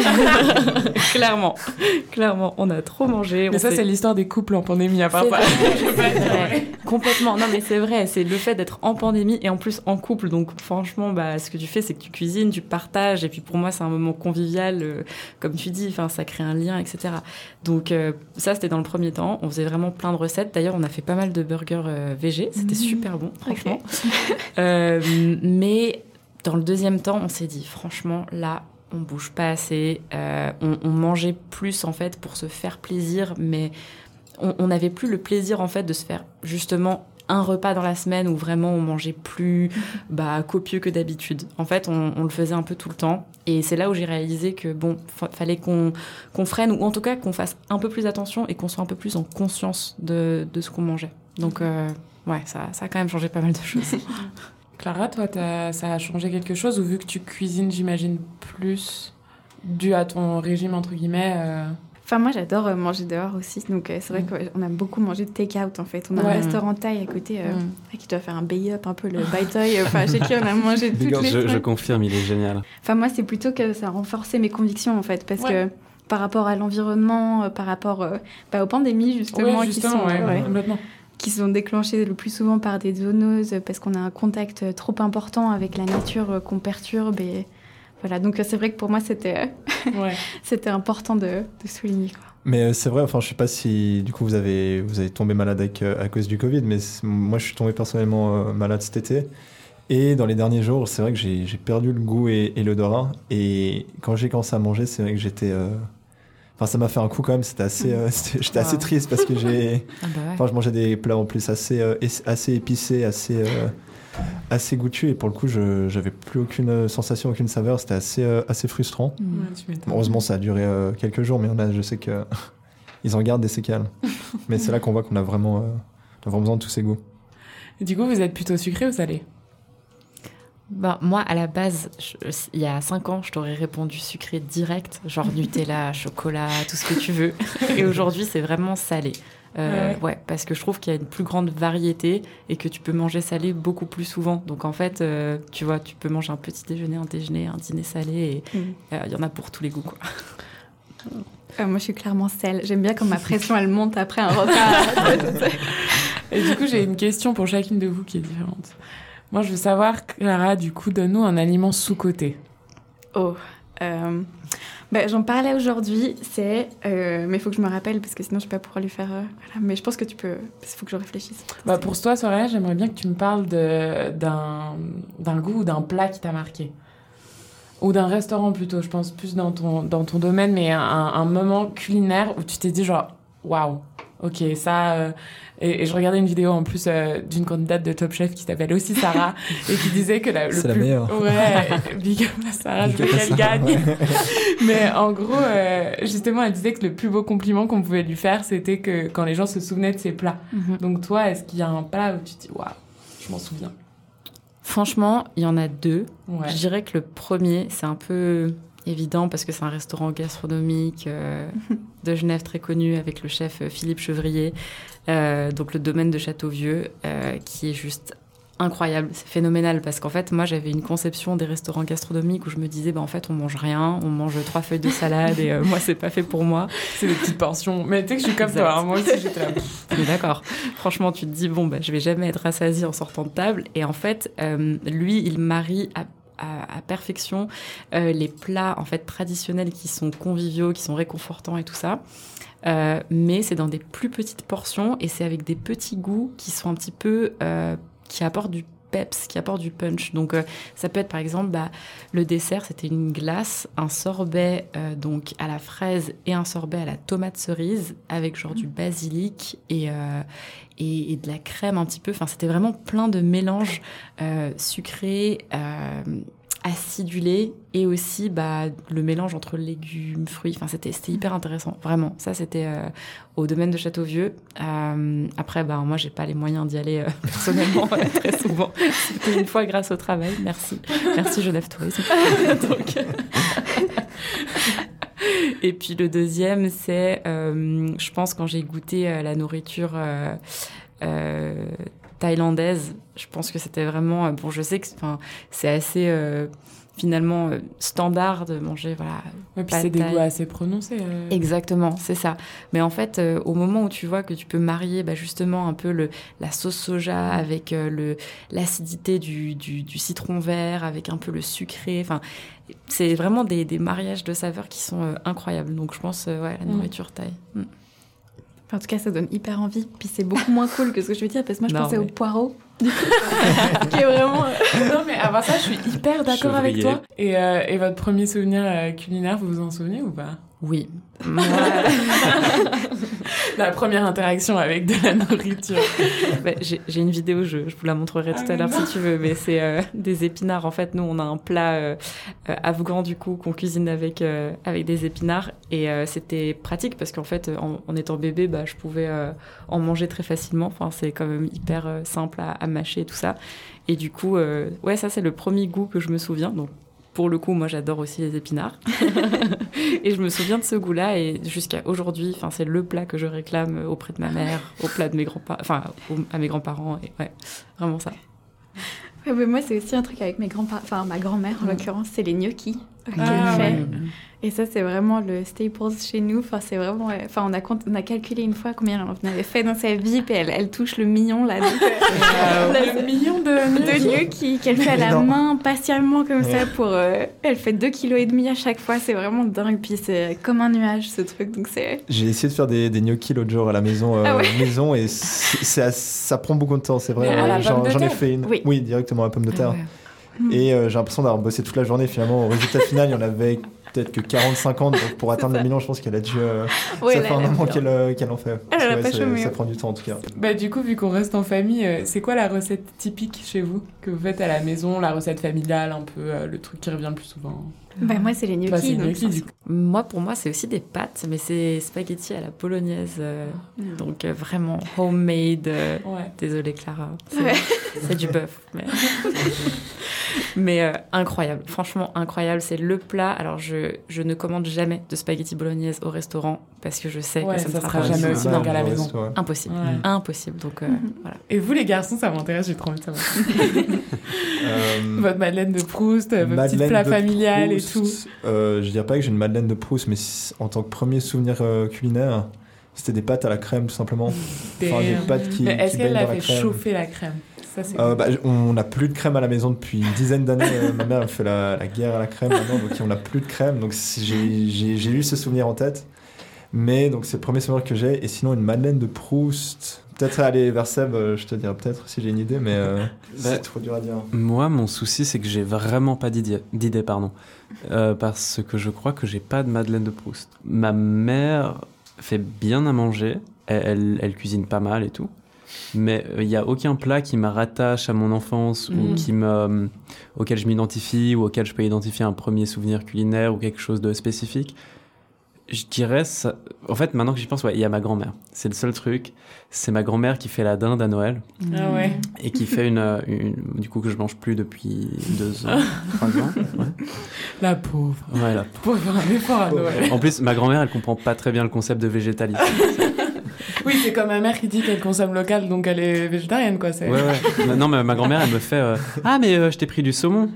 clairement, clairement, on a trop mangé. Mais on ça, s'est... c'est l'histoire des couples en pandémie, à part C'est ça. vrai, c'est vrai. Complètement. Non, mais c'est vrai, c'est le fait d'être en pandémie et en plus en couple. Donc, franchement, bah, ce que tu fais, c'est que tu cuisines, tu partages. Et puis, pour moi, c'est un moment convivial, euh, comme tu dis. Enfin, ça crée un lien, et cetera. Donc, euh, ça, c'était dans le premier temps. On faisait vraiment plein de recettes. D'ailleurs, on a fait pas mal de burgers euh, végés. C'était mmh. super bon, franchement. Okay. euh, mais dans le deuxième temps, on s'est dit, franchement, là, on bouge pas assez. Euh, on, on mangeait plus, en fait, pour se faire plaisir, mais on n'avait plus le plaisir, en fait, de se faire, justement, un repas dans la semaine où vraiment on mangeait plus bah, copieux que d'habitude. En fait, on, on le faisait un peu tout le temps. Et c'est là où j'ai réalisé que, bon, fa- fallait qu'on, qu'on freine, ou en tout cas qu'on fasse un peu plus attention et qu'on soit un peu plus en conscience de, de ce qu'on mangeait. Donc, euh, ouais, ça, ça a quand même changé pas mal de choses. Clara, toi, t'as, ça a changé quelque chose, ou vu que tu cuisines, j'imagine, plus dû à ton régime, entre guillemets euh... Enfin, moi, j'adore euh, manger dehors aussi. Donc, euh, c'est vrai mmh. qu'on a beaucoup mangé de take-out, en fait. On a ouais. un restaurant thaï à côté euh, mmh. qui doit faire un bay-up, un peu le bai thai. Enfin, chez qui on a mangé toutes les je, je confirme, il est génial. Enfin, moi, c'est plutôt que ça a renforcé mes convictions, en fait. Parce ouais. que par rapport à l'environnement, euh, par rapport euh, bah, aux pandémies, justement, ouais, justement qui sont... ouais, ouais, qui sont déclenchées le plus souvent par des zoonoses, parce qu'on a un contact trop important avec la nature euh, qu'on perturbe. Et voilà, donc c'est vrai que pour moi, c'était, ouais. c'était important de, de souligner, quoi. Mais euh, c'est vrai, enfin, je sais pas si du coup vous avez, vous avez tombé malade avec, euh, à cause du Covid, mais moi je suis tombé personnellement euh, malade cet été. Et dans les derniers jours, c'est vrai que j'ai, j'ai perdu le goût et, et l'odorat. Et quand j'ai commencé à manger, c'est vrai que j'étais... Euh... Enfin, ça m'a fait un coup quand même, c'était assez, euh, c'était, j'étais wow. assez triste parce que j'ai... ah bah ouais. Enfin, je mangeais des plats en plus assez, euh, assez épicés, assez... Euh... assez goûtu, et pour le coup je j'avais plus aucune sensation, aucune saveur, c'était assez euh, assez frustrant. Ouais, bon, heureusement ça a duré euh, quelques jours, mais on a, je sais que ils en gardent des séquelles. Mais c'est là qu'on voit qu'on a vraiment euh, on a vraiment besoin de tous ces goûts. Et du coup, vous êtes plutôt sucré ou salé? Ben, moi, à la base, je, il y a cinq ans, je t'aurais répondu sucré direct, genre Nutella, chocolat, tout ce que tu veux. Et aujourd'hui, c'est vraiment salé. Euh, ouais. ouais, parce que je trouve qu'il y a une plus grande variété et que tu peux manger salé beaucoup plus souvent. Donc en fait, euh, tu vois, tu peux manger un petit déjeuner, un déjeuner, un dîner salé, et il mmh. euh, y en a pour tous les goûts, quoi. Euh, moi, je suis clairement sel. J'aime bien quand ma pression, elle monte après un repas. Et du coup, j'ai une question pour chacune de vous qui est différente. Moi, je veux savoir, Clara, du coup, donne-nous un aliment sous-coté. Oh, euh... Ben, j'en parlais aujourd'hui, c'est... Euh, mais il faut que je me rappelle, parce que sinon je ne vais pas pouvoir lui faire... Euh, voilà. Mais je pense que tu peux... Il faut que je réfléchisse. Bah, pour toi, Soraya, j'aimerais bien que tu me parles de, d'un, d'un goût ou d'un plat qui t'a marqué. Ou d'un restaurant plutôt, je pense plus dans ton, dans ton domaine, mais un, un moment culinaire où tu t'es dit genre, waouh, ok, ça... Euh, et, et je regardais une vidéo en plus euh, d'une candidate de Top Chef qui s'appelle aussi Sarah et qui disait que la, le c'est plus... la meilleure. Ouais, big up à Sarah, big je veux qu'elle gagne. Ouais. Mais en gros, euh, justement, elle disait que le plus beau compliment qu'on pouvait lui faire, c'était que quand les gens se souvenaient de ses plats. Mm-hmm. Donc toi, est-ce qu'il y a un plat où tu te dis, waouh, je m'en souviens? Franchement, il y en a deux. Ouais. Je dirais que le premier, c'est un peu évident parce que c'est un restaurant gastronomique euh, de Genève très connu avec le chef Philippe Chevrier, euh, donc le domaine de Châteauvieux, euh, qui est juste incroyable, c'est phénoménal parce qu'en fait moi j'avais une conception des restaurants gastronomiques où je me disais bah en fait on mange rien, on mange trois feuilles de salade et euh, moi c'est pas fait pour moi, c'est des petites portions, mais tu sais que je suis comme toi, hein, moi aussi j'étais là. Mais d'accord, franchement tu te dis bon bah je vais jamais être rassasiée en sortant de table, et en fait euh, lui il marie à À, à perfection euh, les plats en fait traditionnels qui sont conviviaux, qui sont réconfortants et tout ça, euh, mais c'est dans des plus petites portions et c'est avec des petits goûts qui sont un petit peu euh, qui apportent du peps, qui apportent du punch. Donc euh, ça peut être par exemple bah, le dessert, c'était une glace, un sorbet euh, donc à la fraise et un sorbet à la tomate cerise avec genre du basilic et euh, Et, et de la crème un petit peu. Enfin, c'était vraiment plein de mélanges euh, sucrés, euh, acidulés, et aussi bah, le mélange entre légumes, fruits. Enfin, c'était, c'était hyper intéressant, vraiment. Ça, c'était euh, au domaine de Châteauvieux. Euh, après, bah, moi, j'ai pas les moyens d'y aller euh, personnellement très souvent. C'était une fois grâce au travail. Merci. Merci Genève Tourisme. Donc... Et puis le deuxième, c'est, euh, je pense, quand j'ai goûté euh, la nourriture euh, euh, thaïlandaise. Je pense que c'était vraiment... euh, Bon, je sais que enfin, c'est assez... euh, finalement euh, standard de manger voilà Ouais, puis pad c'est des thai. goûts assez prononcés. euh. Exactement, c'est ça. Mais en fait, euh, au moment où tu vois que tu peux marier bah, justement un peu le, la sauce soja avec euh, le, l'acidité du, du, du citron vert, avec un peu le sucré, enfin, c'est vraiment des, des mariages de saveurs qui sont euh, incroyables. Donc je pense, euh, ouais, la Mm. nourriture thaï. Mm. En tout cas, ça donne hyper envie. Puis c'est beaucoup moins cool que ce que je veux dire, parce que moi, je Non, pensais mais- au poireau. qui est vraiment... Non, mais avant ça, je suis hyper d'accord avec Chevrier. toi. Et, euh, et votre premier souvenir euh, culinaire, vous vous en souvenez ou pas? Oui. Moi, La première interaction avec de la nourriture. bah, j'ai, j'ai une vidéo, je, je vous la montrerai tout Ah, à l'heure mais non. si tu veux, mais c'est euh, des épinards. En fait, nous, on a un plat euh, euh, afghan du coup qu'on cuisine avec euh, avec des épinards et euh, c'était pratique parce qu'en fait, en, en étant bébé, bah, je pouvais euh, en manger très facilement. Enfin, c'est quand même hyper euh, simple à, à mâcher et tout ça. Et du coup, euh, ouais, ça c'est le premier goût que je me souviens. Donc pour le coup, moi, j'adore aussi les épinards. Et je me souviens de ce goût-là. Et jusqu'à aujourd'hui, enfin, c'est le plat que je réclame auprès de ma mère, au plat de mes grands-parents, enfin, au- à mes grands-parents. Et ouais, vraiment ça. Ouais, mais moi, c'est aussi un truc avec mes grands-parents, enfin ma grand-mère en Mm. l'occurrence, c'est les gnocchis euh, qu'elle Ah, fait. ouais. Et ça, c'est vraiment le staples chez nous. Enfin, c'est vraiment. ouais. Enfin, on a, compte- on a calculé une fois combien elle en avait fait dans sa vie, puis elle, elle touche le million là. Donc, euh, là, Le million de de gnocchis qu'elle fait à la Énorme. main, patiemment comme ça. Ouais. Pour, euh, elle fait deux kilos et demi à chaque fois. C'est vraiment dingue. Puis c'est comme un nuage ce truc. Donc c'est. J'ai essayé de faire des, des gnocchis l'autre jour à la maison, euh, Ah ouais. maison et c'est- c'est- ça prend beaucoup de temps, c'est vrai. Mais à la Euh, J'en pomme de j'en ai terre fait une. Oui. directement à la pomme de terre. Ah ouais. Et euh, j'ai l'impression d'avoir bossé toute la journée. Finalement, au résultat final, il y en avait peut-être que quarante cinquante. Donc pour atteindre le ça. million, je pense qu'elle a dû. euh, Ouais, ça là, fait un elle a moment bien. qu'elle euh, qu'elle en fait. Parce Elle a que, pas c'est- chômé, ça hein. prend du temps en tout cas. Bah, du coup, vu qu'on reste en famille, euh, c'est quoi la recette typique chez vous que vous faites à la maison, la recette familiale, un peu euh, le truc qui revient le plus souvent? Bah, moi, c'est les gnocchis. Bah, c'est donc gnocchi, du coup. Moi, pour moi, c'est aussi des pâtes, mais c'est spaghetti à la bolognaise. euh, donc euh, vraiment homemade. euh, Ouais. Désolée, Clara. C'est, Ouais. c'est du bœuf. Mais, mais euh, incroyable. Franchement, incroyable. C'est le plat. Alors, je, je ne commande jamais de spaghetti bolognaise au restaurant parce que je sais Ouais, que ça ne ça sera sera pas jamais possible. aussi Ouais, bien qu'à la ouais, maison. ouais. Impossible. Ouais. Impossible. Donc, euh, Mhm. voilà. Et vous, les garçons, ça m'intéresse, j'ai trop envie de savoir. Euh, Votre Madeleine de Proust, euh, vos petits Madeleine plats de familiales et Proust, tout. euh, je dirais pas que j'ai une Madeleine de Proust, mais si- en tant que premier souvenir euh, culinaire, c'était des pâtes à la crème tout simplement. Enfin, des Damn. pâtes qui, Mais est-ce qui qu'elle baignent l'a dans la fait crème. chauffer la crème? Ça, c'est Euh, bah, on n'a plus de crème à la maison depuis une dizaine d'années. Euh, ma mère elle fait la, la guerre à la crème maintenant, donc on n'a plus de crème. Donc si j'ai, j'ai, j'ai eu ce souvenir en tête. Mais donc c'est le premier souvenir que j'ai. Et sinon une Madeleine de Proust. Peut-être aller vers Seb, euh, je te dirai peut-être si j'ai une idée, mais euh, c'est Bah, trop dur à dire. Moi, mon souci, c'est que j'ai vraiment pas d'idée, d'idée pardon. Euh, parce que je crois que j'ai pas de Madeleine de Proust. Ma mère fait bien à manger, elle, elle, elle cuisine pas mal et tout. Mais il n'y a aucun plat qui me rattache à mon enfance Mhm. ou qui me, auquel je m'identifie ou auquel je peux identifier un premier souvenir culinaire ou quelque chose de spécifique. Je dirais, ça... en fait, maintenant que j'y pense, ouais, il y a ma grand-mère. C'est le seul truc. C'est ma grand-mère qui fait la dinde à Noël Ah ouais. et qui fait une, euh, une, du coup que je mange plus depuis deux ans, trois ans. Ouais. La pauvre. Ouais, là. Pour faire un effort à Noël. En plus, ma grand-mère, elle comprend pas très bien le concept de végétalisme. Oui, c'est comme ma mère qui dit qu'elle consomme local, donc elle est végétarienne, quoi. C'est... Ouais, ouais. Non, mais ma grand-mère, elle me fait euh, ah, mais euh, je t'ai pris du saumon.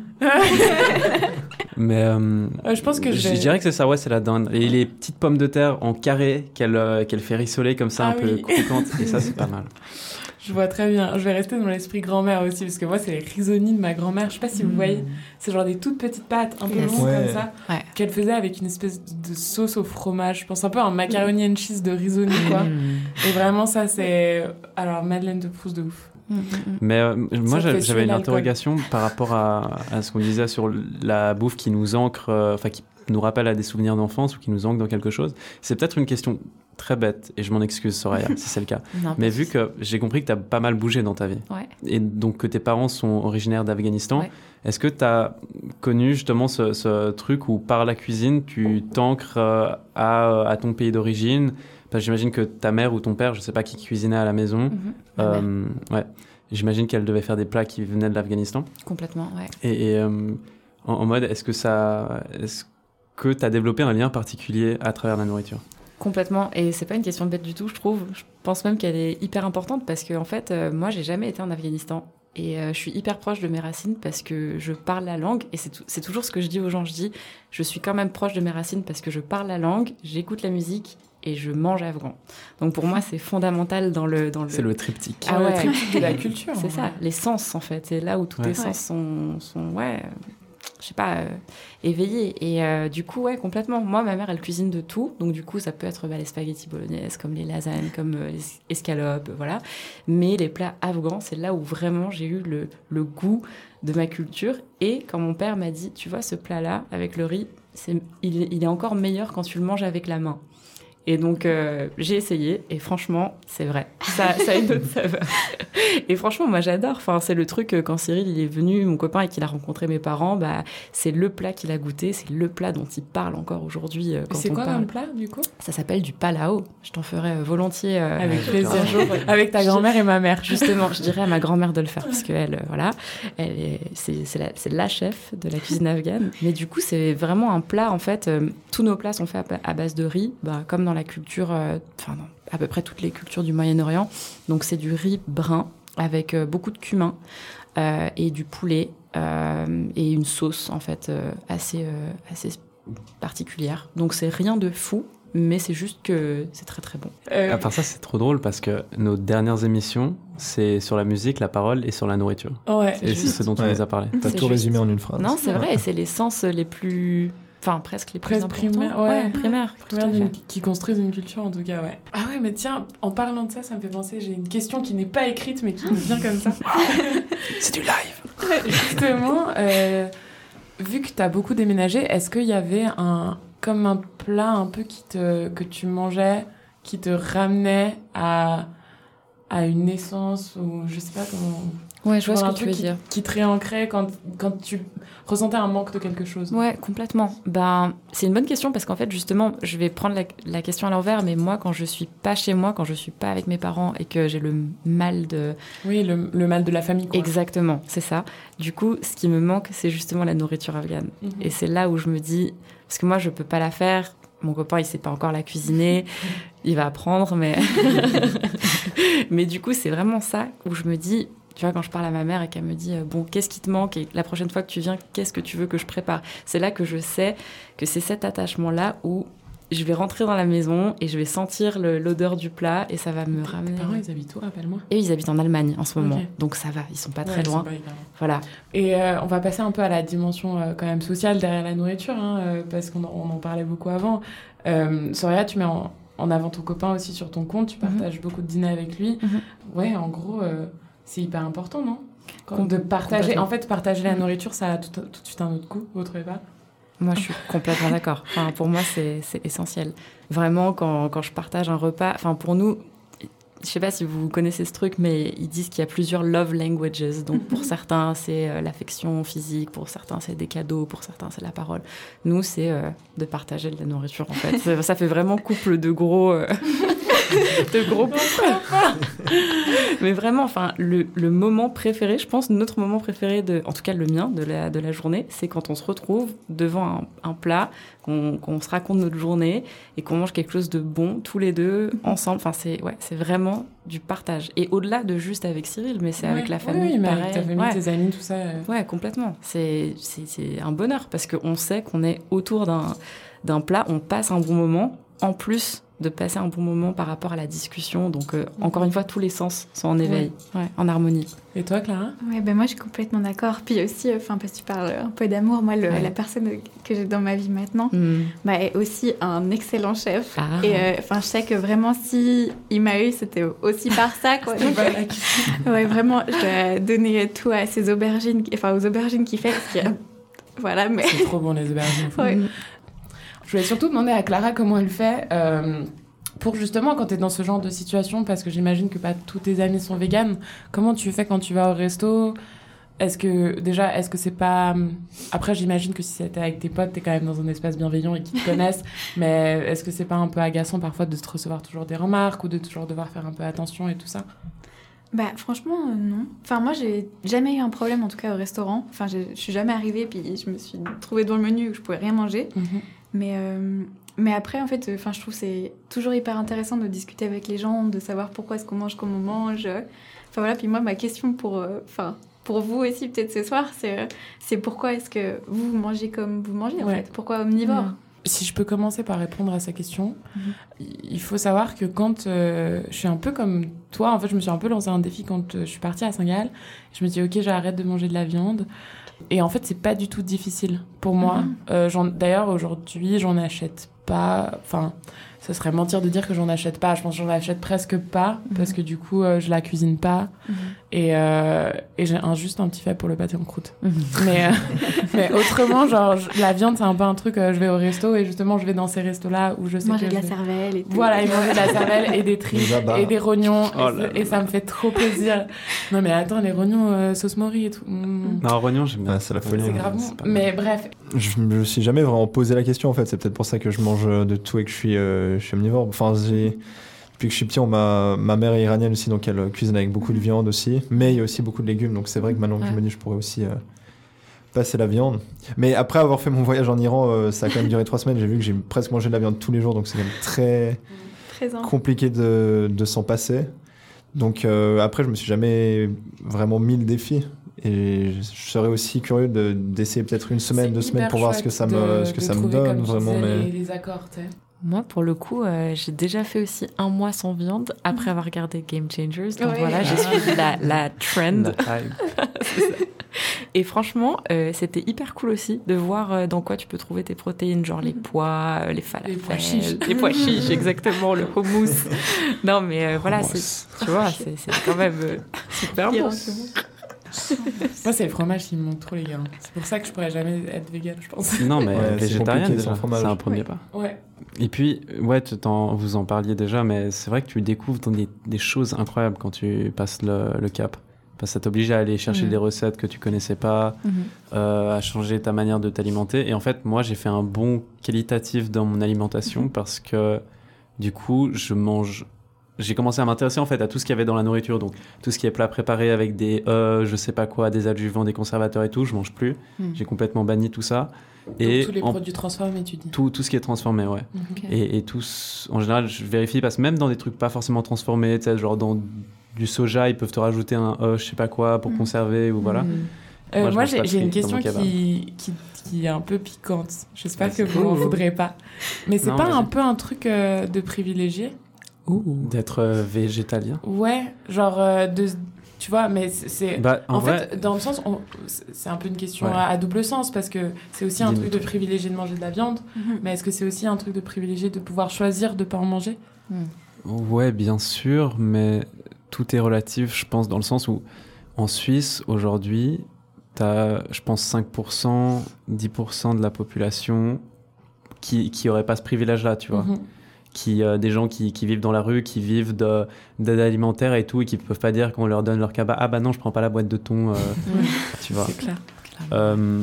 Mais euh, Euh, je pense que je je vais- dirais que c'est ça, ouais, c'est la dinde. Et les petites pommes de terre en carré qu'elle euh, qu'elle fait rissoler comme ça, Ah un peu oui. croquantes. Et ça, c'est pas mal. Je vois très bien. Je vais rester dans l'esprit grand-mère aussi, parce que moi, c'est les risonnis de ma grand-mère. Je sais pas si vous voyez. C'est genre des toutes petites pâtes, un peu Yes. longues Ouais. comme ça, Ouais. qu'elle faisait avec une espèce de sauce au fromage. Je pense un peu à un macaroni and cheese de risoni, quoi. Et vraiment, ça, c'est... Alors, Madeleine de Proust de ouf. Mm, mm, mm. Mais euh, moi, te fait j'a- suer j'avais une l'alcool. interrogation par rapport à, à ce qu'on disait sur la bouffe qui nous ancre, euh, enfin qui nous rappelle à des souvenirs d'enfance ou qui nous ancre dans quelque chose. C'est peut-être une question très bête, et je m'en excuse, Soraya, si c'est le cas. Non, pas Mais de vu souci. que j'ai compris que tu as pas mal bougé dans ta vie, Ouais. et donc que tes parents sont originaires d'Afghanistan, Ouais. est-ce que tu as connu justement ce, ce truc où par la cuisine, tu t'ancres euh, à, à ton pays d'origine? Parce que j'imagine que ta mère ou ton père, je sais pas qui cuisinait à la maison, Mhm. Ma mère. euh, ouais. J'imagine qu'elle devait faire des plats qui venaient de l'Afghanistan. Complètement, ouais. Et, et, euh, en, en mode, est-ce que ça, est-ce que tu as développé un lien particulier à travers la nourriture? Complètement, et c'est pas une question bête du tout, je trouve. Je pense même qu'elle est hyper importante parce que en fait, euh, moi, j'ai jamais été en Afghanistan et euh, je suis hyper proche de mes racines parce que je parle la langue et c'est, tout, c'est toujours ce que je dis aux gens. Je dis, je suis quand même proche de mes racines parce que je parle la langue, j'écoute la musique et je mange afghan. Donc pour moi, c'est fondamental dans le dans le. C'est le triptyque. Ah ouais, le triptyque de la culture. C'est ça, les sens en fait. C'est là où tous Ouais. tes sens sont sont ouais. Je sais pas, euh, éveillée. Et euh, du coup, ouais, complètement. Moi, ma mère, elle cuisine de tout. Donc, du coup, ça peut être bah, les spaghettis bolognaises, comme les lasagnes, comme euh, les escalopes, voilà. Mais les plats afghans, c'est là où vraiment j'ai eu le, le goût de ma culture. Et quand mon père m'a dit, tu vois, ce plat-là, avec le riz, c'est, il, il est encore meilleur quand tu le manges avec la main. Et donc, euh, j'ai essayé, et franchement, c'est vrai. Ça, ça a une autre saveur. Et franchement, moi, j'adore. Enfin, c'est le truc, quand Cyril il est venu, mon copain, et qu'il a rencontré mes parents, bah, c'est le plat qu'il a goûté, c'est le plat dont il parle encore aujourd'hui. Euh, quand c'est on quoi parle. comme plat, du coup? Ça s'appelle du palao. Je t'en ferai euh, volontiers. Euh, Avec un plaisir. jour. Avec ta grand-mère et ma mère. Justement, je dirais à ma grand-mère de le faire, parce qu'elle, euh, voilà, elle est, c'est, c'est, la, c'est la chef de la cuisine afghane. Mais du coup, c'est vraiment un plat, en fait, euh, tous nos plats sont faits à, à base de riz, bah, comme dans la culture, euh, enfin, dans à peu près toutes les cultures du Moyen-Orient. Donc, c'est du riz brun avec euh, beaucoup de cumin euh, et du poulet euh, et une sauce, en fait, euh, assez, euh, assez particulière. Donc, c'est rien de fou, mais c'est juste que c'est très, très bon. Euh, À part ça, c'est trop drôle parce que nos dernières émissions, c'est sur la musique, la parole et sur la nourriture. ouais. Et c'est ce dont tu Ouais. nous as parlé. T'as C'est tout juste. résumé en une phrase. Non, c'est vrai, et c'est les sens les plus... Enfin, presque les plus Presque importants. primaires, ouais. primaires, tout Primaire à d'une- fait. qui construisent une culture, en tout cas, ouais. Ah ouais, mais tiens, en parlant de ça, ça me fait penser, j'ai une question qui n'est pas écrite, mais qui me vient comme ça. C'est du live. Justement, euh, vu que tu as beaucoup déménagé, est-ce qu'il y avait un, comme un plat un peu qui te, que tu mangeais, qui te ramenait à, à une naissance, ou je sais pas comment... Ouais, je vois ce un que tu truc veux qui, dire. qui te réancrait quand, quand tu ressentais un manque de quelque chose. Ouais, complètement. Ben, c'est une bonne question parce qu'en fait, justement, je vais prendre la, la question à l'envers, mais moi, quand je suis pas chez moi, quand je suis pas avec mes parents et que j'ai le mal de... Oui, le, le mal de la famille, quoi. Exactement, c'est ça. Du coup, ce qui me manque, c'est justement la nourriture afghane. Mhm. Et c'est là où je me dis... Parce que moi, je peux pas la faire. Mon copain, il sait pas encore la cuisiner. Il va apprendre, mais... mais du coup, c'est vraiment ça où je me dis... Tu vois, quand je parle à ma mère et qu'elle me dit euh, bon, qu'est-ce qui te manque et la prochaine fois que tu viens, qu'est-ce que tu veux que je prépare? C'est là que je sais que c'est cet attachement-là où je vais rentrer dans la maison et je vais sentir le, l'odeur du plat et ça va me Tes ramener. parents, ils habitent où, rappelle-moi? Et ils habitent en Allemagne en ce moment, Ok. donc ça va, ils sont pas Ouais, très ils sont loin. pas hyper loin. Voilà. Et euh, on va passer un peu à la dimension euh, quand même sociale derrière la nourriture, hein, euh, parce qu'on en, on en parlait beaucoup avant. Euh, Soraya, tu mets en, en avant ton copain aussi sur ton compte, tu partages beaucoup de dîners avec lui. Mhm. Ouais, en gros, euh, c'est hyper important, non? Quand- Com- De partager. complètement. En fait, partager la nourriture, ça a tout, tout de suite un autre goût, vous trouvez pas? Moi, je suis complètement d'accord. Enfin, pour moi, c'est, c'est essentiel. Vraiment, quand, quand je partage un repas, enfin, pour nous, je sais pas si vous connaissez ce truc, mais ils disent qu'il y a plusieurs love languages. Donc, pour certains, c'est euh, l'affection physique, pour certains, c'est des cadeaux, pour certains, c'est la parole. Nous, c'est euh, de partager de la nourriture, en fait. Ça, ça fait vraiment couple de gros... euh, de gros mais vraiment, enfin, le, le moment préféré, je pense, notre moment préféré, de, en tout cas le mien, de la, de la journée, c'est quand on se retrouve devant un, un plat, qu'on, qu'on se raconte notre journée et qu'on mange quelque chose de bon, tous les deux, ensemble. Enfin, c'est, ouais, c'est vraiment du partage. Et au-delà de juste avec Cyril, mais c'est Ouais. avec la Oui, famille, oui, mais pareil. avec ta famille, Ouais. tes amis, tout ça. euh. Ouais, complètement. C'est, c'est, c'est un bonheur parce qu'on sait qu'on est autour d'un, d'un plat, on passe un bon moment, en plus de passer un bon moment par rapport à la discussion. Donc, euh, encore une fois, tous les sens sont en éveil, ouais, en harmonie. Et toi, Clara? Ouais, ben moi je suis complètement d'accord. Puis aussi, enfin parce que tu parles un peu d'amour, moi le- Ouais. la personne que j'ai dans ma vie maintenant, Mm. bah, est aussi un excellent chef. Ah. Et euh, enfin je sais que vraiment si il m'a eu, c'était aussi par ça quoi. Donc, Voilà, qui- ouais, vraiment, je dois donner tout à ces aubergines, enfin aux aubergines qu'il fait. Parce que, voilà, mais C'est trop bon, les aubergines. ouais. Je voulais surtout demander à Clara comment elle fait euh, pour justement quand tu es dans ce genre de situation, parce que j'imagine que pas tous tes amis sont véganes. Comment tu fais quand tu vas au resto? Est-ce que déjà, est-ce que c'est pas... Après, j'imagine que si c'était avec tes potes, t'es quand même dans un espace bienveillant et qu'ils te connaissent, mais est-ce que c'est pas un peu agaçant parfois de te recevoir toujours des remarques ou de toujours devoir faire un peu attention et tout ça? Bah franchement euh, non. Enfin moi j'ai jamais eu un problème en tout cas au restaurant. Enfin j'ai- je suis jamais arrivée puis je me suis trouvée dans le menu où je pouvais rien manger. Mais euh, mais après, en fait, enfin, je trouve que c'est toujours hyper intéressant de discuter avec les gens, de savoir pourquoi est-ce qu'on mange comme on mange. Enfin voilà, puis moi, ma question pour, enfin, euh, pour vous aussi, peut-être ce soir, c'est, euh, c'est pourquoi est-ce que vous, vous mangez comme vous mangez, en Ouais. fait? Pourquoi omnivore? Mmh. Si je peux commencer par répondre à sa question, Mmh. il faut savoir que quand euh, je suis un peu comme toi, en fait, je me suis un peu lancé un défi quand euh, je suis partie à Saint-Gall. Je me suis dit, ok, j'arrête de manger de la viande. Et en fait, c'est pas du tout difficile pour moi. Mmh. Euh, j'en, d'ailleurs, aujourd'hui, j'en achète pas. Enfin, ce serait mentir de dire que j'en achète pas. Je pense que j'en achète presque pas Mmh. parce que du coup, euh, je la cuisine pas. Mmh. Et, euh, et j'ai un, juste un petit fait pour le pâté en croûte. Mhm. Mais, euh, mais autrement, genre, je- la viande, c'est un peu un truc, euh, je vais au resto et justement, je vais dans ces restos-là où je sais Manger que de la je vais- cervelle et tout. Voilà, et manger de la cervelle et des tripes Des abats. et des rognons. Oh et, là c'est- et ça me fait trop plaisir. Non, mais attends, les rognons euh, sauce mori et tout. mm, Non, rognon, j'aime bien. Ah, c'est la folie. C'est Ouais, grave bon. c'est pas Mais bref, Je me suis jamais vraiment posé la question en fait, c'est peut-être pour ça que je mange de tout et que je suis, euh, je suis omnivore. Enfin, j'ai... Depuis que je suis petit, on m'a... ma mère est iranienne aussi, donc elle cuisine avec beaucoup de viande aussi, mais il y a aussi beaucoup de légumes, donc c'est vrai que maintenant que je Ouais. me dis, je pourrais aussi euh, passer la viande. Mais après avoir fait mon voyage en Iran, euh, ça a quand même duré trois semaines, j'ai vu que j'ai presque mangé de la viande tous les jours, donc c'est quand même très Présent. compliqué de, de s'en passer. Donc euh, après, je me suis jamais vraiment mis le défi. Et je serais aussi curieux de, d'essayer peut-être une semaine, c'est deux semaines hyper pour voir ce que chouette ça me, de- ce que de ça me trouver, donne comme tu vraiment. disais, Mais... les, les accords, tu sais. Moi, pour le coup, euh, j'ai déjà fait aussi un mois sans viande après avoir regardé Game Changers. Donc Ouais. voilà, j'ai suivi la, la trend. La hype. C'est ça. Et franchement, euh, c'était hyper cool aussi de voir euh, dans quoi tu peux trouver tes protéines, genre les pois, euh, les falafels, Les pois chiches. les pois chiches, exactement, le hummus. Non, mais euh, voilà, c'est, tu vois, c'est, c'est quand même euh, super bon. Moi, c'est le fromage qui me manque trop, les gars. C'est pour ça que je pourrais jamais être végane, je pense. Non, mais Ouais, c'est végétarienne compliqué déjà, sans fromage. c'est un premier Ouais. pas. Ouais. Et puis, ouais, tu t'en- vous en parliez déjà, mais c'est vrai que tu découvres des, des choses incroyables quand tu passes le, le cap. Parce que ça t'oblige à aller chercher Mhm. des recettes que tu connaissais pas, Mhm. euh, à changer ta manière de t'alimenter. Et en fait, moi, j'ai fait un bond qualitatif dans mon alimentation parce que, du coup, je mange... J'ai commencé à m'intéresser en fait à tout ce qu'il y avait dans la nourriture, donc tout ce qui est plat préparé avec des œufs, je sais pas quoi, des adjuvants, des conservateurs et tout, je mange plus. Mhm. J'ai complètement banni tout ça. Donc, Et tous les en- produits transformés, tu dis. tout, tout ce qui est transformé, ouais. Ok. Et, et tous, en général, je vérifie parce que même dans des trucs pas forcément transformés, tu sais, genre dans du soja, ils peuvent te rajouter un œuf, je sais pas quoi, pour Mhm. conserver ou voilà. Mhm. Euh, Moi, je moi, mange j'ai, pas de j'ai une frites dans question mon kebab. qui, qui, qui est un peu piquante. J'espère Vas-y. que vous m'en Ouh. voudrez pas. Mais c'est Non, pas vas-y. un peu un truc euh, de privilégié? D'être euh, végétalien. Ouais, genre euh, de... Tu vois, mais c'est... c'est- Bah, en, En vrai, fait, dans le sens, on- c'est c'est un peu une question Ouais. à, à double sens parce que c'est aussi un Dis-nous truc de tout. privilégié de manger de la viande, Mhm. mais est-ce que c'est aussi un truc de privilégié de pouvoir choisir de pas en manger? ouais, bien sûr, mais tout est relatif, je pense, dans le sens où en Suisse, aujourd'hui, t'as, je pense, cinq pour cent, dix pour cent de la population qui, qui aurait pas ce privilège-là, tu vois. Mhm. Qui, euh, des gens qui, qui vivent dans la rue, qui vivent de, d'aide alimentaire et tout, et qui peuvent pas dire qu'on leur donne leur cabas. Ah bah non, je prends pas la boîte de thon, euh, tu vois. C'est clair. Euh,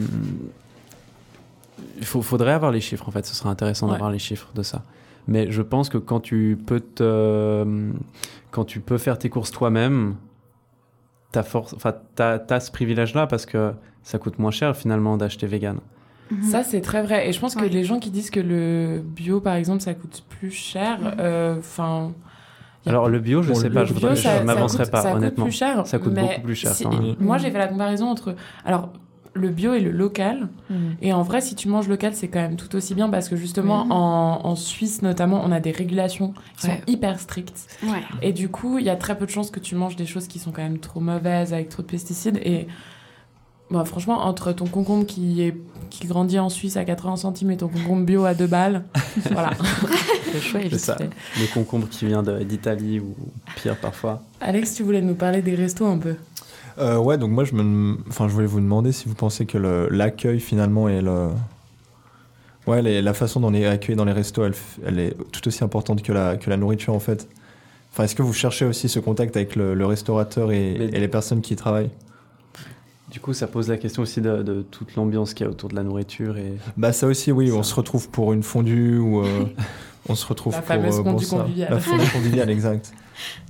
Il faut, faudrait avoir les chiffres, en fait. Ce serait intéressant Ouais. d'avoir les chiffres de ça. Mais je pense que quand tu peux te, quand tu peux faire tes courses toi-même, t'as force, enfin, t'as, t'as ce privilège-là parce que ça coûte moins cher finalement d'acheter vegan. Mhm. Ça, c'est très vrai. Et je pense Ouais. que les gens qui disent que le bio, par exemple, ça coûte plus cher, enfin... Alors le bio, je Bon, sais le pas, bio, je, ça- voudrais- ça je m'avancerai coûte- pas, ça honnêtement. Coûte plus cher, Ça coûte mais beaucoup plus cher, si- quand même. Moi, j'ai fait la comparaison entre... Alors, le bio et le local. Mhm. Et en vrai, si tu manges local, c'est quand même tout aussi bien parce que justement, Mhm. en, en Suisse notamment, on a des régulations qui Ouais. sont hyper strictes. Ouais. Et du coup, il y a très peu de chances que tu manges des choses qui sont quand même trop mauvaises, avec trop de pesticides. Et bon, franchement, entre ton concombre qui, est, qui grandit en Suisse à quatre-vingts centimes et ton concombre bio à deux balles, voilà. Le choix est C'est vite ça. fait. Le concombre qui vient de- d'Italie ou pire parfois. Alex, tu voulais nous parler des restos un peu? Euh, ouais, donc moi, je, me... enfin, je voulais vous demander si vous pensez que le... l'accueil, finalement, est le... Ouais, les- la façon dont on est accueilli dans les restos, elle, f- elle est tout aussi importante que la, que la nourriture, en fait. Enfin, est-ce que vous cherchez aussi ce contact avec le, le restaurateur et, Mais- et les personnes qui y travaillent? Du coup, ça pose la question aussi de, de toute l'ambiance qu'il y a autour de la nourriture et Bah ça aussi, oui, Ça. on se retrouve pour une fondue ou euh, on se retrouve La pour... fameuse euh, pour fondue ça. conviviale. La fondue conviviale, exact.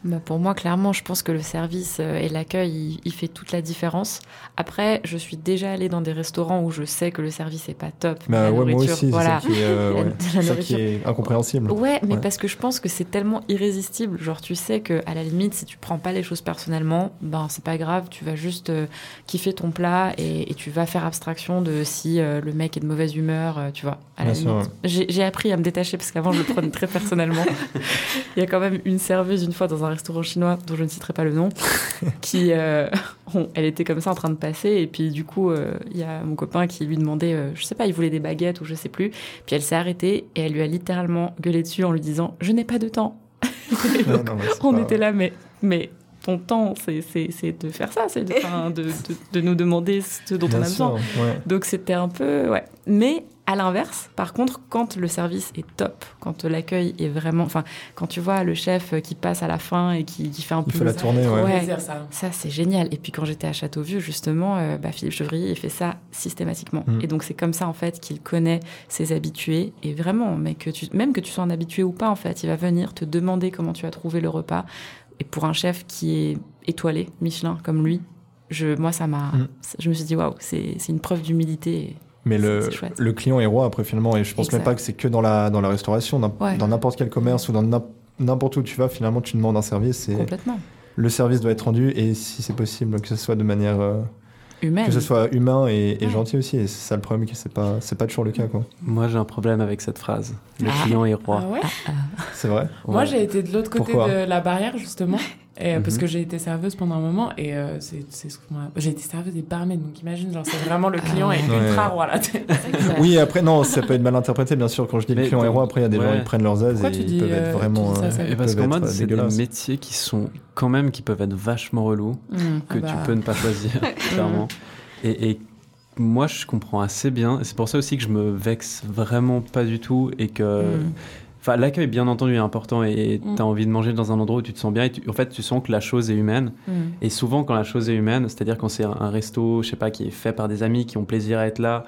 Bah pour moi, clairement, je pense que le service euh, et l'accueil, il, il fait toute la différence. Après, je suis déjà allée dans des restaurants où je sais que le service est pas top. Bah, la ouais, moi nourriture, aussi, voilà. c'est ça qui est, euh, La- ouais, la c'est ça qui nourriture. est incompréhensible. Ouais, mais Ouais. parce que je pense que c'est tellement irrésistible. Genre, tu sais que à la limite, si tu prends pas les choses personnellement, ben c'est pas grave. Tu vas juste euh, kiffer ton plat et, et tu vas faire abstraction de si euh, le mec est de mauvaise humeur, euh, tu vois. À la Bien sûr, limite. ouais. J'ai, j'ai appris à me détacher parce qu'avant, je le prenais très personnellement. Il y a quand même une serveuse une fois dans un restaurant chinois dont je ne citerai pas le nom, qui, euh, on- elle était comme ça en train de passer et puis du coup, euh, il y a mon copain qui lui demandait, euh, je sais pas, il voulait des baguettes ou je sais plus. Puis elle s'est arrêtée et elle lui a littéralement gueulé dessus en lui disant « Je n'ai pas de temps ». Ouais, non, mais c'est On pas- était là, mais, mais ton temps, c'est, c'est, c'est de faire ça, c'est de, enfin, de, de, de nous demander ce dont Bien on a sûr, besoin. ouais. Donc c'était un peu... Ouais. Mais à l'inverse, par contre, quand le service est top, quand l'accueil est vraiment... Enfin, quand tu vois le chef qui passe à la fin et qui, qui fait un Il peu... fait la tournée, ouais. Ouais. Plaisir, ça. Ça, c'est génial. Et puis quand j'étais à Châteauvieux, justement, euh, bah, Philippe Chevrier, il fait ça systématiquement. Mm. Et donc c'est comme ça, en fait, qu'il connaît ses habitués. Et vraiment, mais que tu, même que tu sois un habitué ou pas, en fait, il va venir te demander comment tu as trouvé le repas. Et pour un chef qui est étoilé, Michelin, comme lui, je, moi, ça m'a... Mm. Je me suis dit, waouh, c'est, c'est une preuve d'humilité. Mais C'est- le, c'est chouette. le client est roi après finalement, et je pense Exact. même pas que c'est que dans la, dans la restauration, dans, Ouais. dans n'importe quel commerce ou dans n'im- n'importe où tu vas, finalement tu demandes un service et Complètement. le service doit être rendu, et si c'est possible que ce soit de manière euh, Humaine. que ce soit humain et, et Ouais. gentil aussi, et c'est ça le problème, que c'est pas c'est pas toujours le cas quoi. Moi, j'ai un problème avec cette phrase. Le Ah. client est roi. Ah ouais C'est vrai. Moi, Ouais. j'ai été de l'autre côté Pourquoi de la barrière, justement. Et, euh, parce Mhm. que j'ai été serveuse pendant un moment et euh, c'est, c'est ce qu'on a- j'ai été serveuse et barmaid, donc imagine, genre, c'est vraiment le client ouais. est Ouais. ultra roi là. Oui, après non, ça peut être mal interprété bien sûr. Quand je dis le Mais client est donc, roi, après il y a des gens ouais. qui prennent leurs aises Pourquoi et tu ils dis, peuvent euh, être vraiment. tu dis ça, ça euh, veut Et ils parce peuvent qu'en être mode, c'est des dégueulasses. métiers qui sont quand même, qui peuvent être vachement relous, Mm. que Ah bah. tu peux ne pas choisir, clairement. Et, et moi, je comprends assez bien. Et c'est pour ça aussi que je me vexe vraiment pas du tout et que... Mm. Enfin, l'accueil, bien entendu, est important et Mm. tu as envie de manger dans un endroit où tu te sens bien. Et tu- en fait, tu sens que la chose est humaine. Mm. Et souvent, quand la chose est humaine, c'est-à-dire quand c'est un, un resto, je sais pas, qui est fait par des amis qui ont plaisir à être là,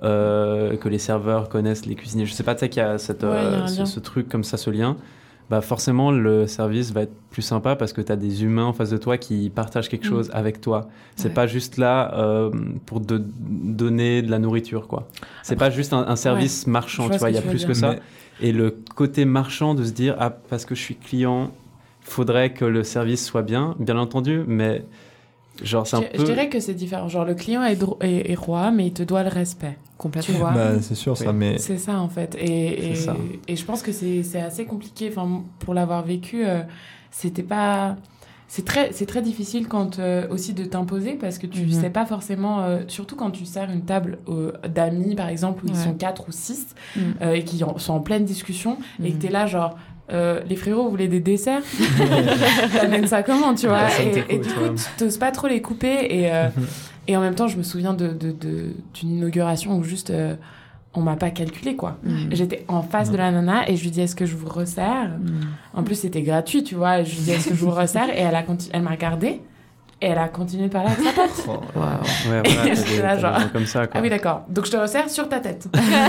euh, que les serveurs connaissent les cuisiniers, je sais pas, tu sais qu'il y a cette, Ouais, il y a euh, un ce, lien. ce truc comme ça, ce lien, bah forcément, le service va être plus sympa parce que tu as des humains en face de toi qui partagent quelque Mm. chose avec toi. C'est Ouais. pas juste là euh, pour te donner de la nourriture, quoi. C'est pas juste un, un service marchand, Je vois tu ce vois, il que y a tu veux plus dire. que ça. Mais- Et le côté marchand de se dire, ah, parce que je suis client, faudrait que le service soit bien, bien entendu, mais genre, c'est un Je, peu... je dirais que c'est différent. Genre, le client est, dro- est, est roi, mais il te doit le respect. Complètement. Tu vois Bah, c'est sûr ça, Oui. mais C'est ça, en fait. Et, et, C'est ça. et je pense que c'est, c'est assez compliqué. Enfin, pour l'avoir vécu, euh, c'était pas... C'est très, c'est très difficile quand, euh, aussi de t'imposer parce que tu Mhm. sais pas forcément... euh, surtout quand tu sers une table euh, d'amis, par exemple, où ils Ouais. sont quatre ou six Mm. euh, et qui en- sont en pleine discussion et Mhm. que t'es là, genre... euh, les frérots, vous voulez des desserts? T'amènes ça comment, tu vois? Ouais, ça me et, t'écoute, et du coup, ouais. tu t'oses pas trop les couper. Et, euh, et en même temps, je me souviens de, de, de- d'une inauguration où juste... euh, on m'a pas calculé, quoi. Mm. J'étais en face de la nana et je lui dis, est-ce que je vous resserre? Mm. En plus, c'était gratuit, tu vois. Et je lui dis, est-ce que je vous resserre? Et elle, a conti- elle m'a regardé et elle a continué de parler avec sa tête. Oh, Ouais, voilà, t'as des, J'étais là, t'as des genre- gens comme ça, quoi. Ah oui, d'accord. Donc, je te resserre sur ta tête.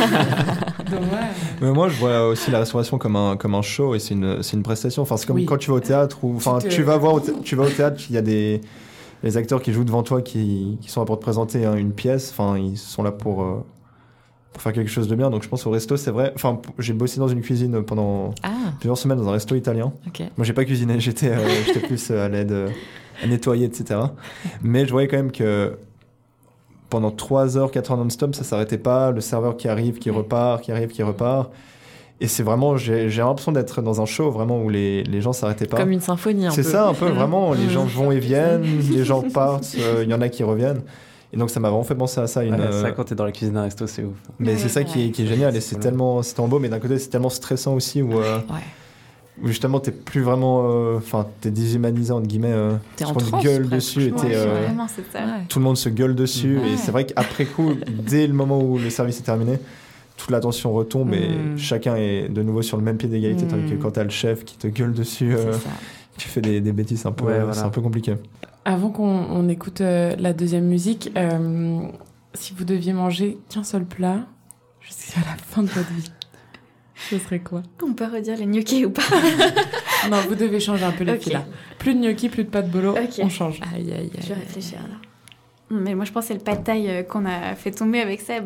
Donc, ouais. Mais moi, je vois aussi la restauration comme un, comme un show, et c'est une, c'est une prestation. Enfin, c'est comme Oui. quand tu vas au théâtre, ou enfin, Tu te- tu, vas voir au thé- tu vas au théâtre, il y a des les acteurs qui jouent devant toi qui, qui sont là pour te présenter hein, une pièce. Enfin, ils sont là pour, euh, pour faire quelque chose de bien. Donc, je pense au resto, c'est vrai. Enfin, p- j'ai bossé dans une cuisine pendant Ah, plusieurs semaines dans un resto italien. ok. Moi, j'ai pas cuisiné, j'étais euh, j'étais plus euh, à l'aide, euh, à nettoyer, et cetera. Mais je voyais quand même que pendant trois heures, quatre heures non-stop, ça s'arrêtait pas. Le serveur qui arrive, qui repart, qui arrive, qui repart. Et c'est vraiment, j'ai j'ai l'impression d'être dans un show vraiment où les, les gens s'arrêtaient pas. Comme une symphonie, un peu. C'est ça, un peu, vraiment. Les Mhm. gens vont et viennent, les gens partent, euh, il y en a qui reviennent. Et donc, ça m'a vraiment fait penser à ça. Une, Ouais, euh, ça, quand t'es dans la cuisine d'un resto, c'est ouf. mais Ouais, c'est ça qui est, ouais. qui est génial. Et C'est c'est cool. tellement, c'est tellement beau, mais d'un côté, c'est tellement stressant aussi où, euh, Ouais. où justement, t'es plus vraiment. Enfin, t'es déshumanisé, entre guillemets. Euh, T'es tu en prends une transe, gueule presque, dessus je et pense. t'es, Ouais, euh, vraiment, c'est ça. Ouais. tout le monde se gueule dessus. Ouais. Et c'est vrai qu'après coup, dès le moment où le service est terminé, toute l'attention retombe et Mm. chacun est de nouveau sur le même pied d'égalité. Mm. Tandis que quand t'as le chef qui te gueule dessus, C'est euh, ça. tu fais des, des bêtises, c'est un peu, Ouais, euh, voilà. c'est un peu compliqué. Avant qu'on on écoute euh, la deuxième musique, euh, si vous deviez manger qu'un seul plat jusqu'à la fin de votre vie, Ce serait quoi? On peut redire les gnocchis ou pas? Non, vous devez changer un peu les Ok. filles là. Plus de gnocchis, plus de pâte bolo, Ok. on change. Aïe, aïe, Je vais aïe. réfléchir là. Mais moi, je pense que c'est le pad thai euh, qu'on a fait tomber avec Seb.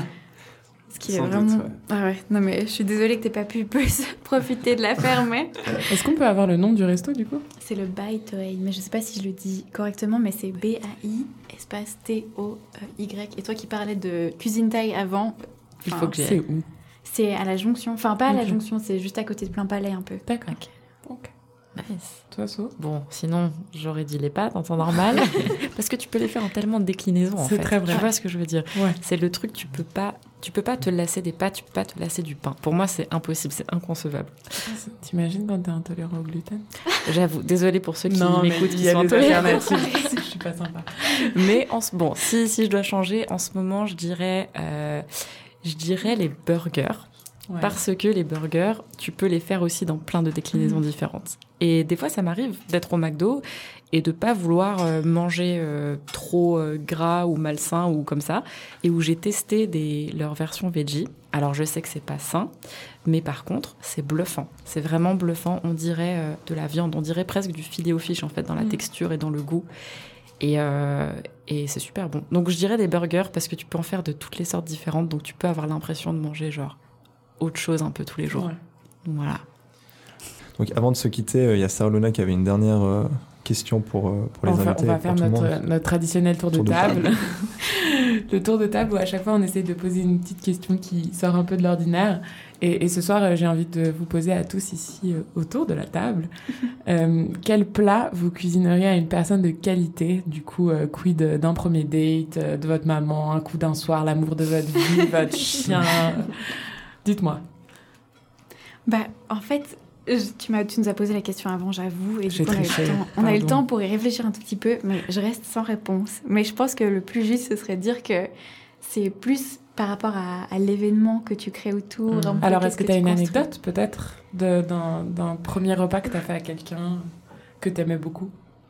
Parce qu'il est Sans doute, vraiment. ouais. Ah ouais, non mais je suis désolée que t'aies pas pu plus profiter de la faire, mais. Est-ce qu'on peut avoir le nom du resto du coup? C'est le Bai Toei, mais je sais pas si je le dis correctement, mais c'est B A I espace T O Y. Et toi qui parlais de cuisine thaï avant, Il enfin, faut que j'y C'est aille. où? c'est à la jonction. Enfin, pas à la Ok. jonction, c'est juste à côté de Plein Palais un peu. D'accord. Ok. Ok. Nice. Toi, So? Bon, sinon, j'aurais dit les pâtes en temps normal. Parce que tu peux les faire en tellement de déclinaisons, en C'est fait. très vrai. Tu vois ce que je veux dire? Ouais. C'est le truc, tu peux pas... Tu peux pas te lasser des pâtes, tu peux pas te lasser du pain. Pour moi, c'est impossible, c'est inconcevable. T'imagines quand t'es intolérant au gluten? J'avoue, désolée pour ceux qui Non, mais m'écoutent, il qui y a sont des intolérants. alternatives. Je suis pas sympa. Mais en ce... bon, si, si je dois changer, en ce moment, je dirais, euh, je dirais les burgers. Ouais. Parce que les burgers, tu peux les faire aussi dans plein de déclinaisons Mhm. différentes. Et des fois, ça m'arrive d'être au McDo et de pas vouloir euh, manger euh, trop euh, gras ou malsain ou comme ça, et où j'ai testé des, leur version veggie. Alors, je sais que c'est pas sain, mais par contre, c'est bluffant. C'est vraiment bluffant. On dirait euh, de la viande, on dirait presque du filet au fish, en fait, dans la Mhm. texture et dans le goût. Et, euh, et c'est super bon. Donc, je dirais des burgers parce que tu peux en faire de toutes les sortes différentes, donc tu peux avoir l'impression de manger, genre, autre chose un peu tous les jours. Ouais. Donc, voilà. Donc avant de se quitter, euh, il y a Sarah Luna qui avait une dernière euh, question pour, euh, pour les on, va, invités. on va pour faire tout le notre, monde. notre traditionnel tour de Tour de table. Le tour de table où à chaque fois on essaie de poser une petite question qui sort un peu de l'ordinaire. Et, et ce soir, euh, j'ai envie de vous poser à tous ici euh, autour de la table euh, quel plat vous cuisineriez à une personne de qualité? Du coup, euh, quid d'un premier date, euh, de votre maman, un coup d'un soir, l'amour de votre vie, votre chien. Dites-moi. Bah, en fait, je- tu, m'as, tu nous as posé la question avant, j'avoue, et du J'ai coup, on a, eu triché, le temps, on a eu le pardon. temps pour y réfléchir un tout petit peu, mais je reste sans réponse. Mais je pense que le plus juste, ce serait de dire que c'est plus par rapport à, à l'événement que tu crées autour. Mhm. un peu, Alors, qu'est-ce est-ce que tu as tu une construis. anecdote, peut-être, de- d'un d'un premier repas que tu as fait à quelqu'un que tu aimais beaucoup?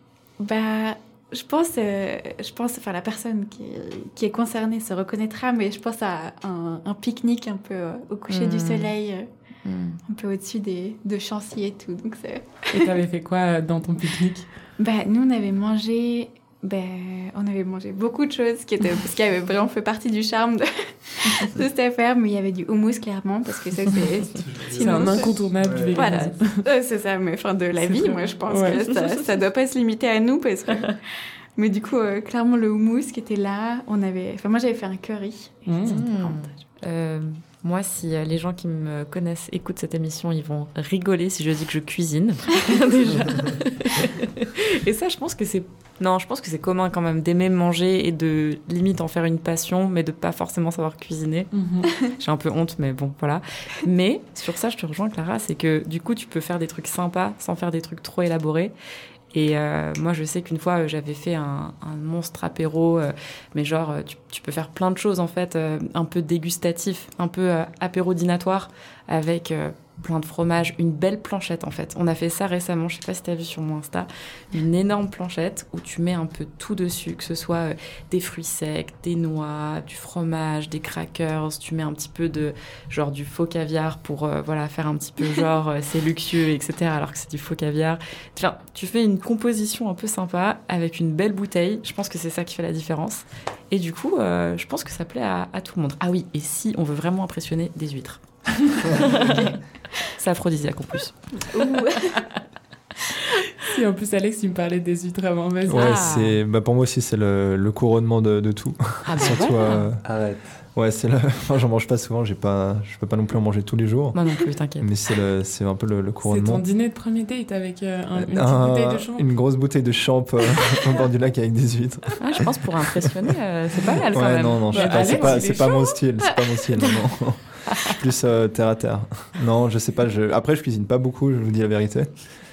Bah, je pense, euh, je pense, enfin, la personne qui, qui est concernée se reconnaîtra, mais je pense à un, un pique-nique un peu euh, au coucher du Mhm. soleil, euh, Mm. un peu au-dessus des, de Chancy et tout. Donc c'est... Et tu avais fait quoi euh, dans ton pique-nique? Bah, nous, on avait mangé... Ben, on avait mangé beaucoup de choses qui étaient, parce qu'il avait vraiment fait partie du charme de, de cette affaire, mais il y avait du houmous clairement, parce que ça c'est... C'est sinon, un c'est- incontournable du Voilà, véganisme. Euh, c'est ça, mais enfin de la C'est vie, très moi bien. je pense Ouais. que ça, ça doit pas se limiter à nous, parce que... Mais du coup, euh, clairement le houmous qui était là, on avait... Enfin moi j'avais fait un curry. Mmh. Euh, moi, si euh, les gens qui me connaissent écoutent cette émission, ils vont rigoler si je dis que je cuisine. Déjà. Et ça, je pense que c'est... Non, je pense que c'est commun quand même d'aimer manger et de limite en faire une passion, mais de pas forcément savoir cuisiner. Mhm. J'ai un peu honte, mais bon, voilà. Mais sur ça, je te rejoins, Clara, c'est que du coup, tu peux faire des trucs sympas sans faire des trucs trop élaborés. Et euh, moi, je sais qu'une fois, euh, j'avais fait un, un monstre apéro, euh, mais genre, euh, tu, tu peux faire plein de choses, en fait, euh, un peu dégustatif, un peu euh, apéro dînatoire, avec euh, plein de fromage, une belle planchette, en fait. On a fait ça récemment, je sais pas si t'as vu sur mon Insta, une énorme planchette où tu mets un peu tout dessus, que ce soit euh, des fruits secs, des noix, du fromage, des crackers, tu mets un petit peu de, genre, du faux caviar pour, euh, voilà, faire un petit peu genre, euh, c'est luxueux, et cetera, alors que c'est du faux caviar. Enfin, tu fais une composition un peu sympa avec une belle bouteille. Je pense que c'est ça qui fait la différence. Et du coup, euh, je pense que ça plaît à, à tout le monde. Ah oui, et si on veut vraiment impressionner, des huîtres. C'est aphrodisiaque en plus. Si, en plus, Alex, tu me parlais des huîtres avant, vas-y. Ouais, Ah. c'est, bah, pour moi aussi, c'est le, le couronnement de, de tout. Ah bah Surtout, voilà. euh, Arrête. ouais, c'est le... Enfin, j'en mange pas souvent, j'ai pas... je peux pas non plus en manger tous les jours. Moi non plus, t'inquiète. Mais c'est, le... c'est un peu le, le C'est ton couronnement. dîner de premier date avec euh, un- une petite Un- bouteille de champ. Une grosse bouteille de champ euh, au bord du lac avec des huîtres. Ah, je pense pour impressionner, euh, c'est pas mal quand Ouais, même. non, non, je sais Bah, pas, c'est Alex, pas, il c'est est pas chaud. mon style, c'est pas mon style, non, non. Je suis plus euh, terre à terre. Non, je sais pas, je... après je cuisine pas beaucoup, je vous dis la vérité.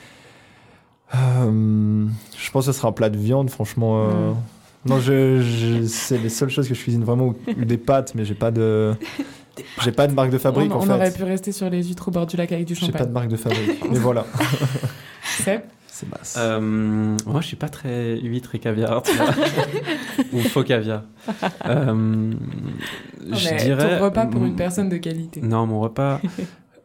Euh, je pense que ce sera un plat de viande, franchement. euh, Mm. Non, je, je... c'est les seules choses que je cuisine vraiment, ou, ou des pâtes, mais j'ai pas de... J'ai pas de marque de fabrique on, en on fait. aurait pu rester sur les huîtres au bord du lac avec du J'ai pas champagne. de marque de fabrique, mais voilà. Seb, C'est basse. Euh, moi, je suis pas très huître et caviar, tu vois. Ou faux caviar. Euh, je mais dirais. ton repas pour une personne de qualité. Non, mon repas.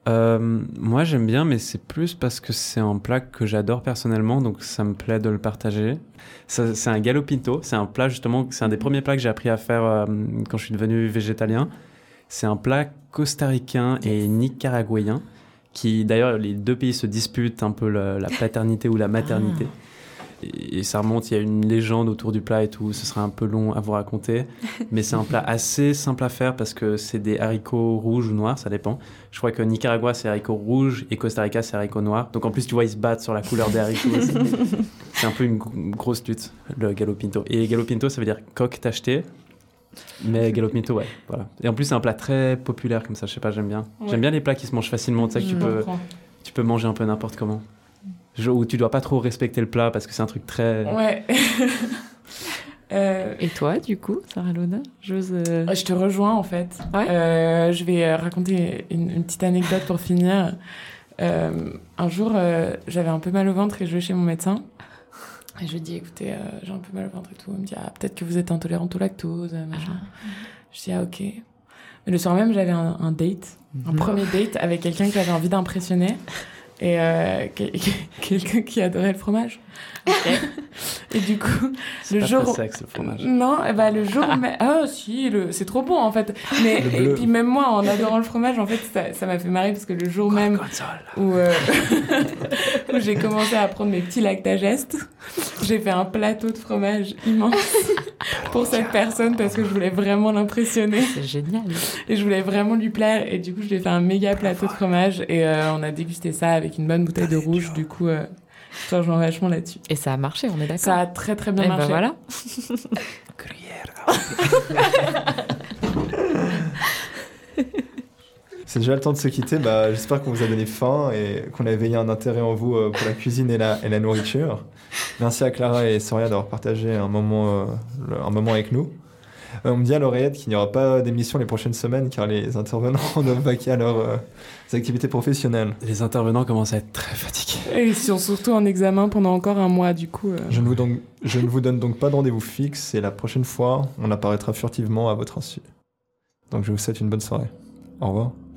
Euh, moi, j'aime bien, mais c'est plus parce que c'est un plat que j'adore personnellement, donc ça me plaît de le partager. Ça, c'est un gallo pinto. C'est un plat, justement, c'est un des premiers plats que j'ai appris à faire euh, quand je suis devenu végétalien. C'est un plat costaricain et nicaraguayen, qui, d'ailleurs, les deux pays se disputent un peu la, la paternité ou la maternité. Ah. Et ça remonte, il y a une légende autour du plat et tout, ce sera un peu long à vous raconter, mais c'est un plat assez simple à faire parce que c'est des haricots rouges ou noirs, ça dépend. Je crois que Nicaragua c'est haricots rouges et Costa Rica c'est haricots noirs, donc en plus tu vois ils se battent sur la couleur des haricots aussi. C'est un peu une, une grosse lutte, le gallo pinto. Et gallo pinto ça veut dire coq tacheté, mais gallo pinto ouais, voilà. Et en plus c'est un plat très populaire comme ça, je sais pas, j'aime bien. Ouais. J'aime bien les plats qui se mangent facilement, tu sais que tu peux, tu peux manger un peu n'importe comment. Où tu dois pas trop respecter le plat parce que c'est un truc très... Ouais. euh... Et toi, du coup, Sarah Luna, j'ose... Euh... Je te rejoins, en fait. Ouais. Euh, je vais raconter une, une petite anecdote pour finir. Euh, un jour, euh, j'avais un peu mal au ventre et je vais chez mon médecin. Et je lui dis, écoutez, euh, j'ai un peu mal au ventre et tout. Il me dit, ah, peut-être que vous êtes intolérante au lactose, machin. Ah. Je dis, ah, ok. Mais le soir même, j'avais un, un date, un premier date avec quelqu'un que j'avais envie d'impressionner. Et euh, quelqu'un qui adorait le fromage. Okay. Et du coup, c'est le pas jour... très sexe, le fromage. Non, et bah, le jour... mais... Ah si, le... c'est trop bon en fait. Mais, et puis même moi, en adorant le fromage, en fait, ça, ça m'a fait marrer parce que le jour même où, euh... où j'ai commencé à prendre mes petits lactagestes, j'ai fait un plateau de fromage immense pour cette personne parce que je voulais vraiment l'impressionner. C'est génial. Et je voulais vraiment lui plaire. Et du coup, je lui ai fait un méga plateau de fromage et euh, on a dégusté ça avec une bonne bouteille de rouge. Du coup... Euh... je rejoins vachement là-dessus. Et ça a marché, on est d'accord. Ça a très très bien et marché. Et ben voilà. C'est déjà le temps de se quitter. Bah, j'espère qu'on vous a donné faim et qu'on a éveillé un intérêt en vous euh, pour la cuisine et la, et la nourriture. Merci à Clara et Soria d'avoir partagé un moment, euh, un moment avec nous. Euh, on me dit à l'oreillette qu'il n'y aura pas d'émission les prochaines semaines car les intervenants doivent vaquer à leurs euh, activités professionnelles. Les intervenants commencent à être très fatigués. Et ils sont surtout en examen pendant encore un mois, du coup. Euh... Je, ne vous donc, je ne vous donne donc pas de rendez-vous fixe et la prochaine fois, on apparaîtra furtivement à votre insu. Donc je vous souhaite une bonne soirée. Au revoir.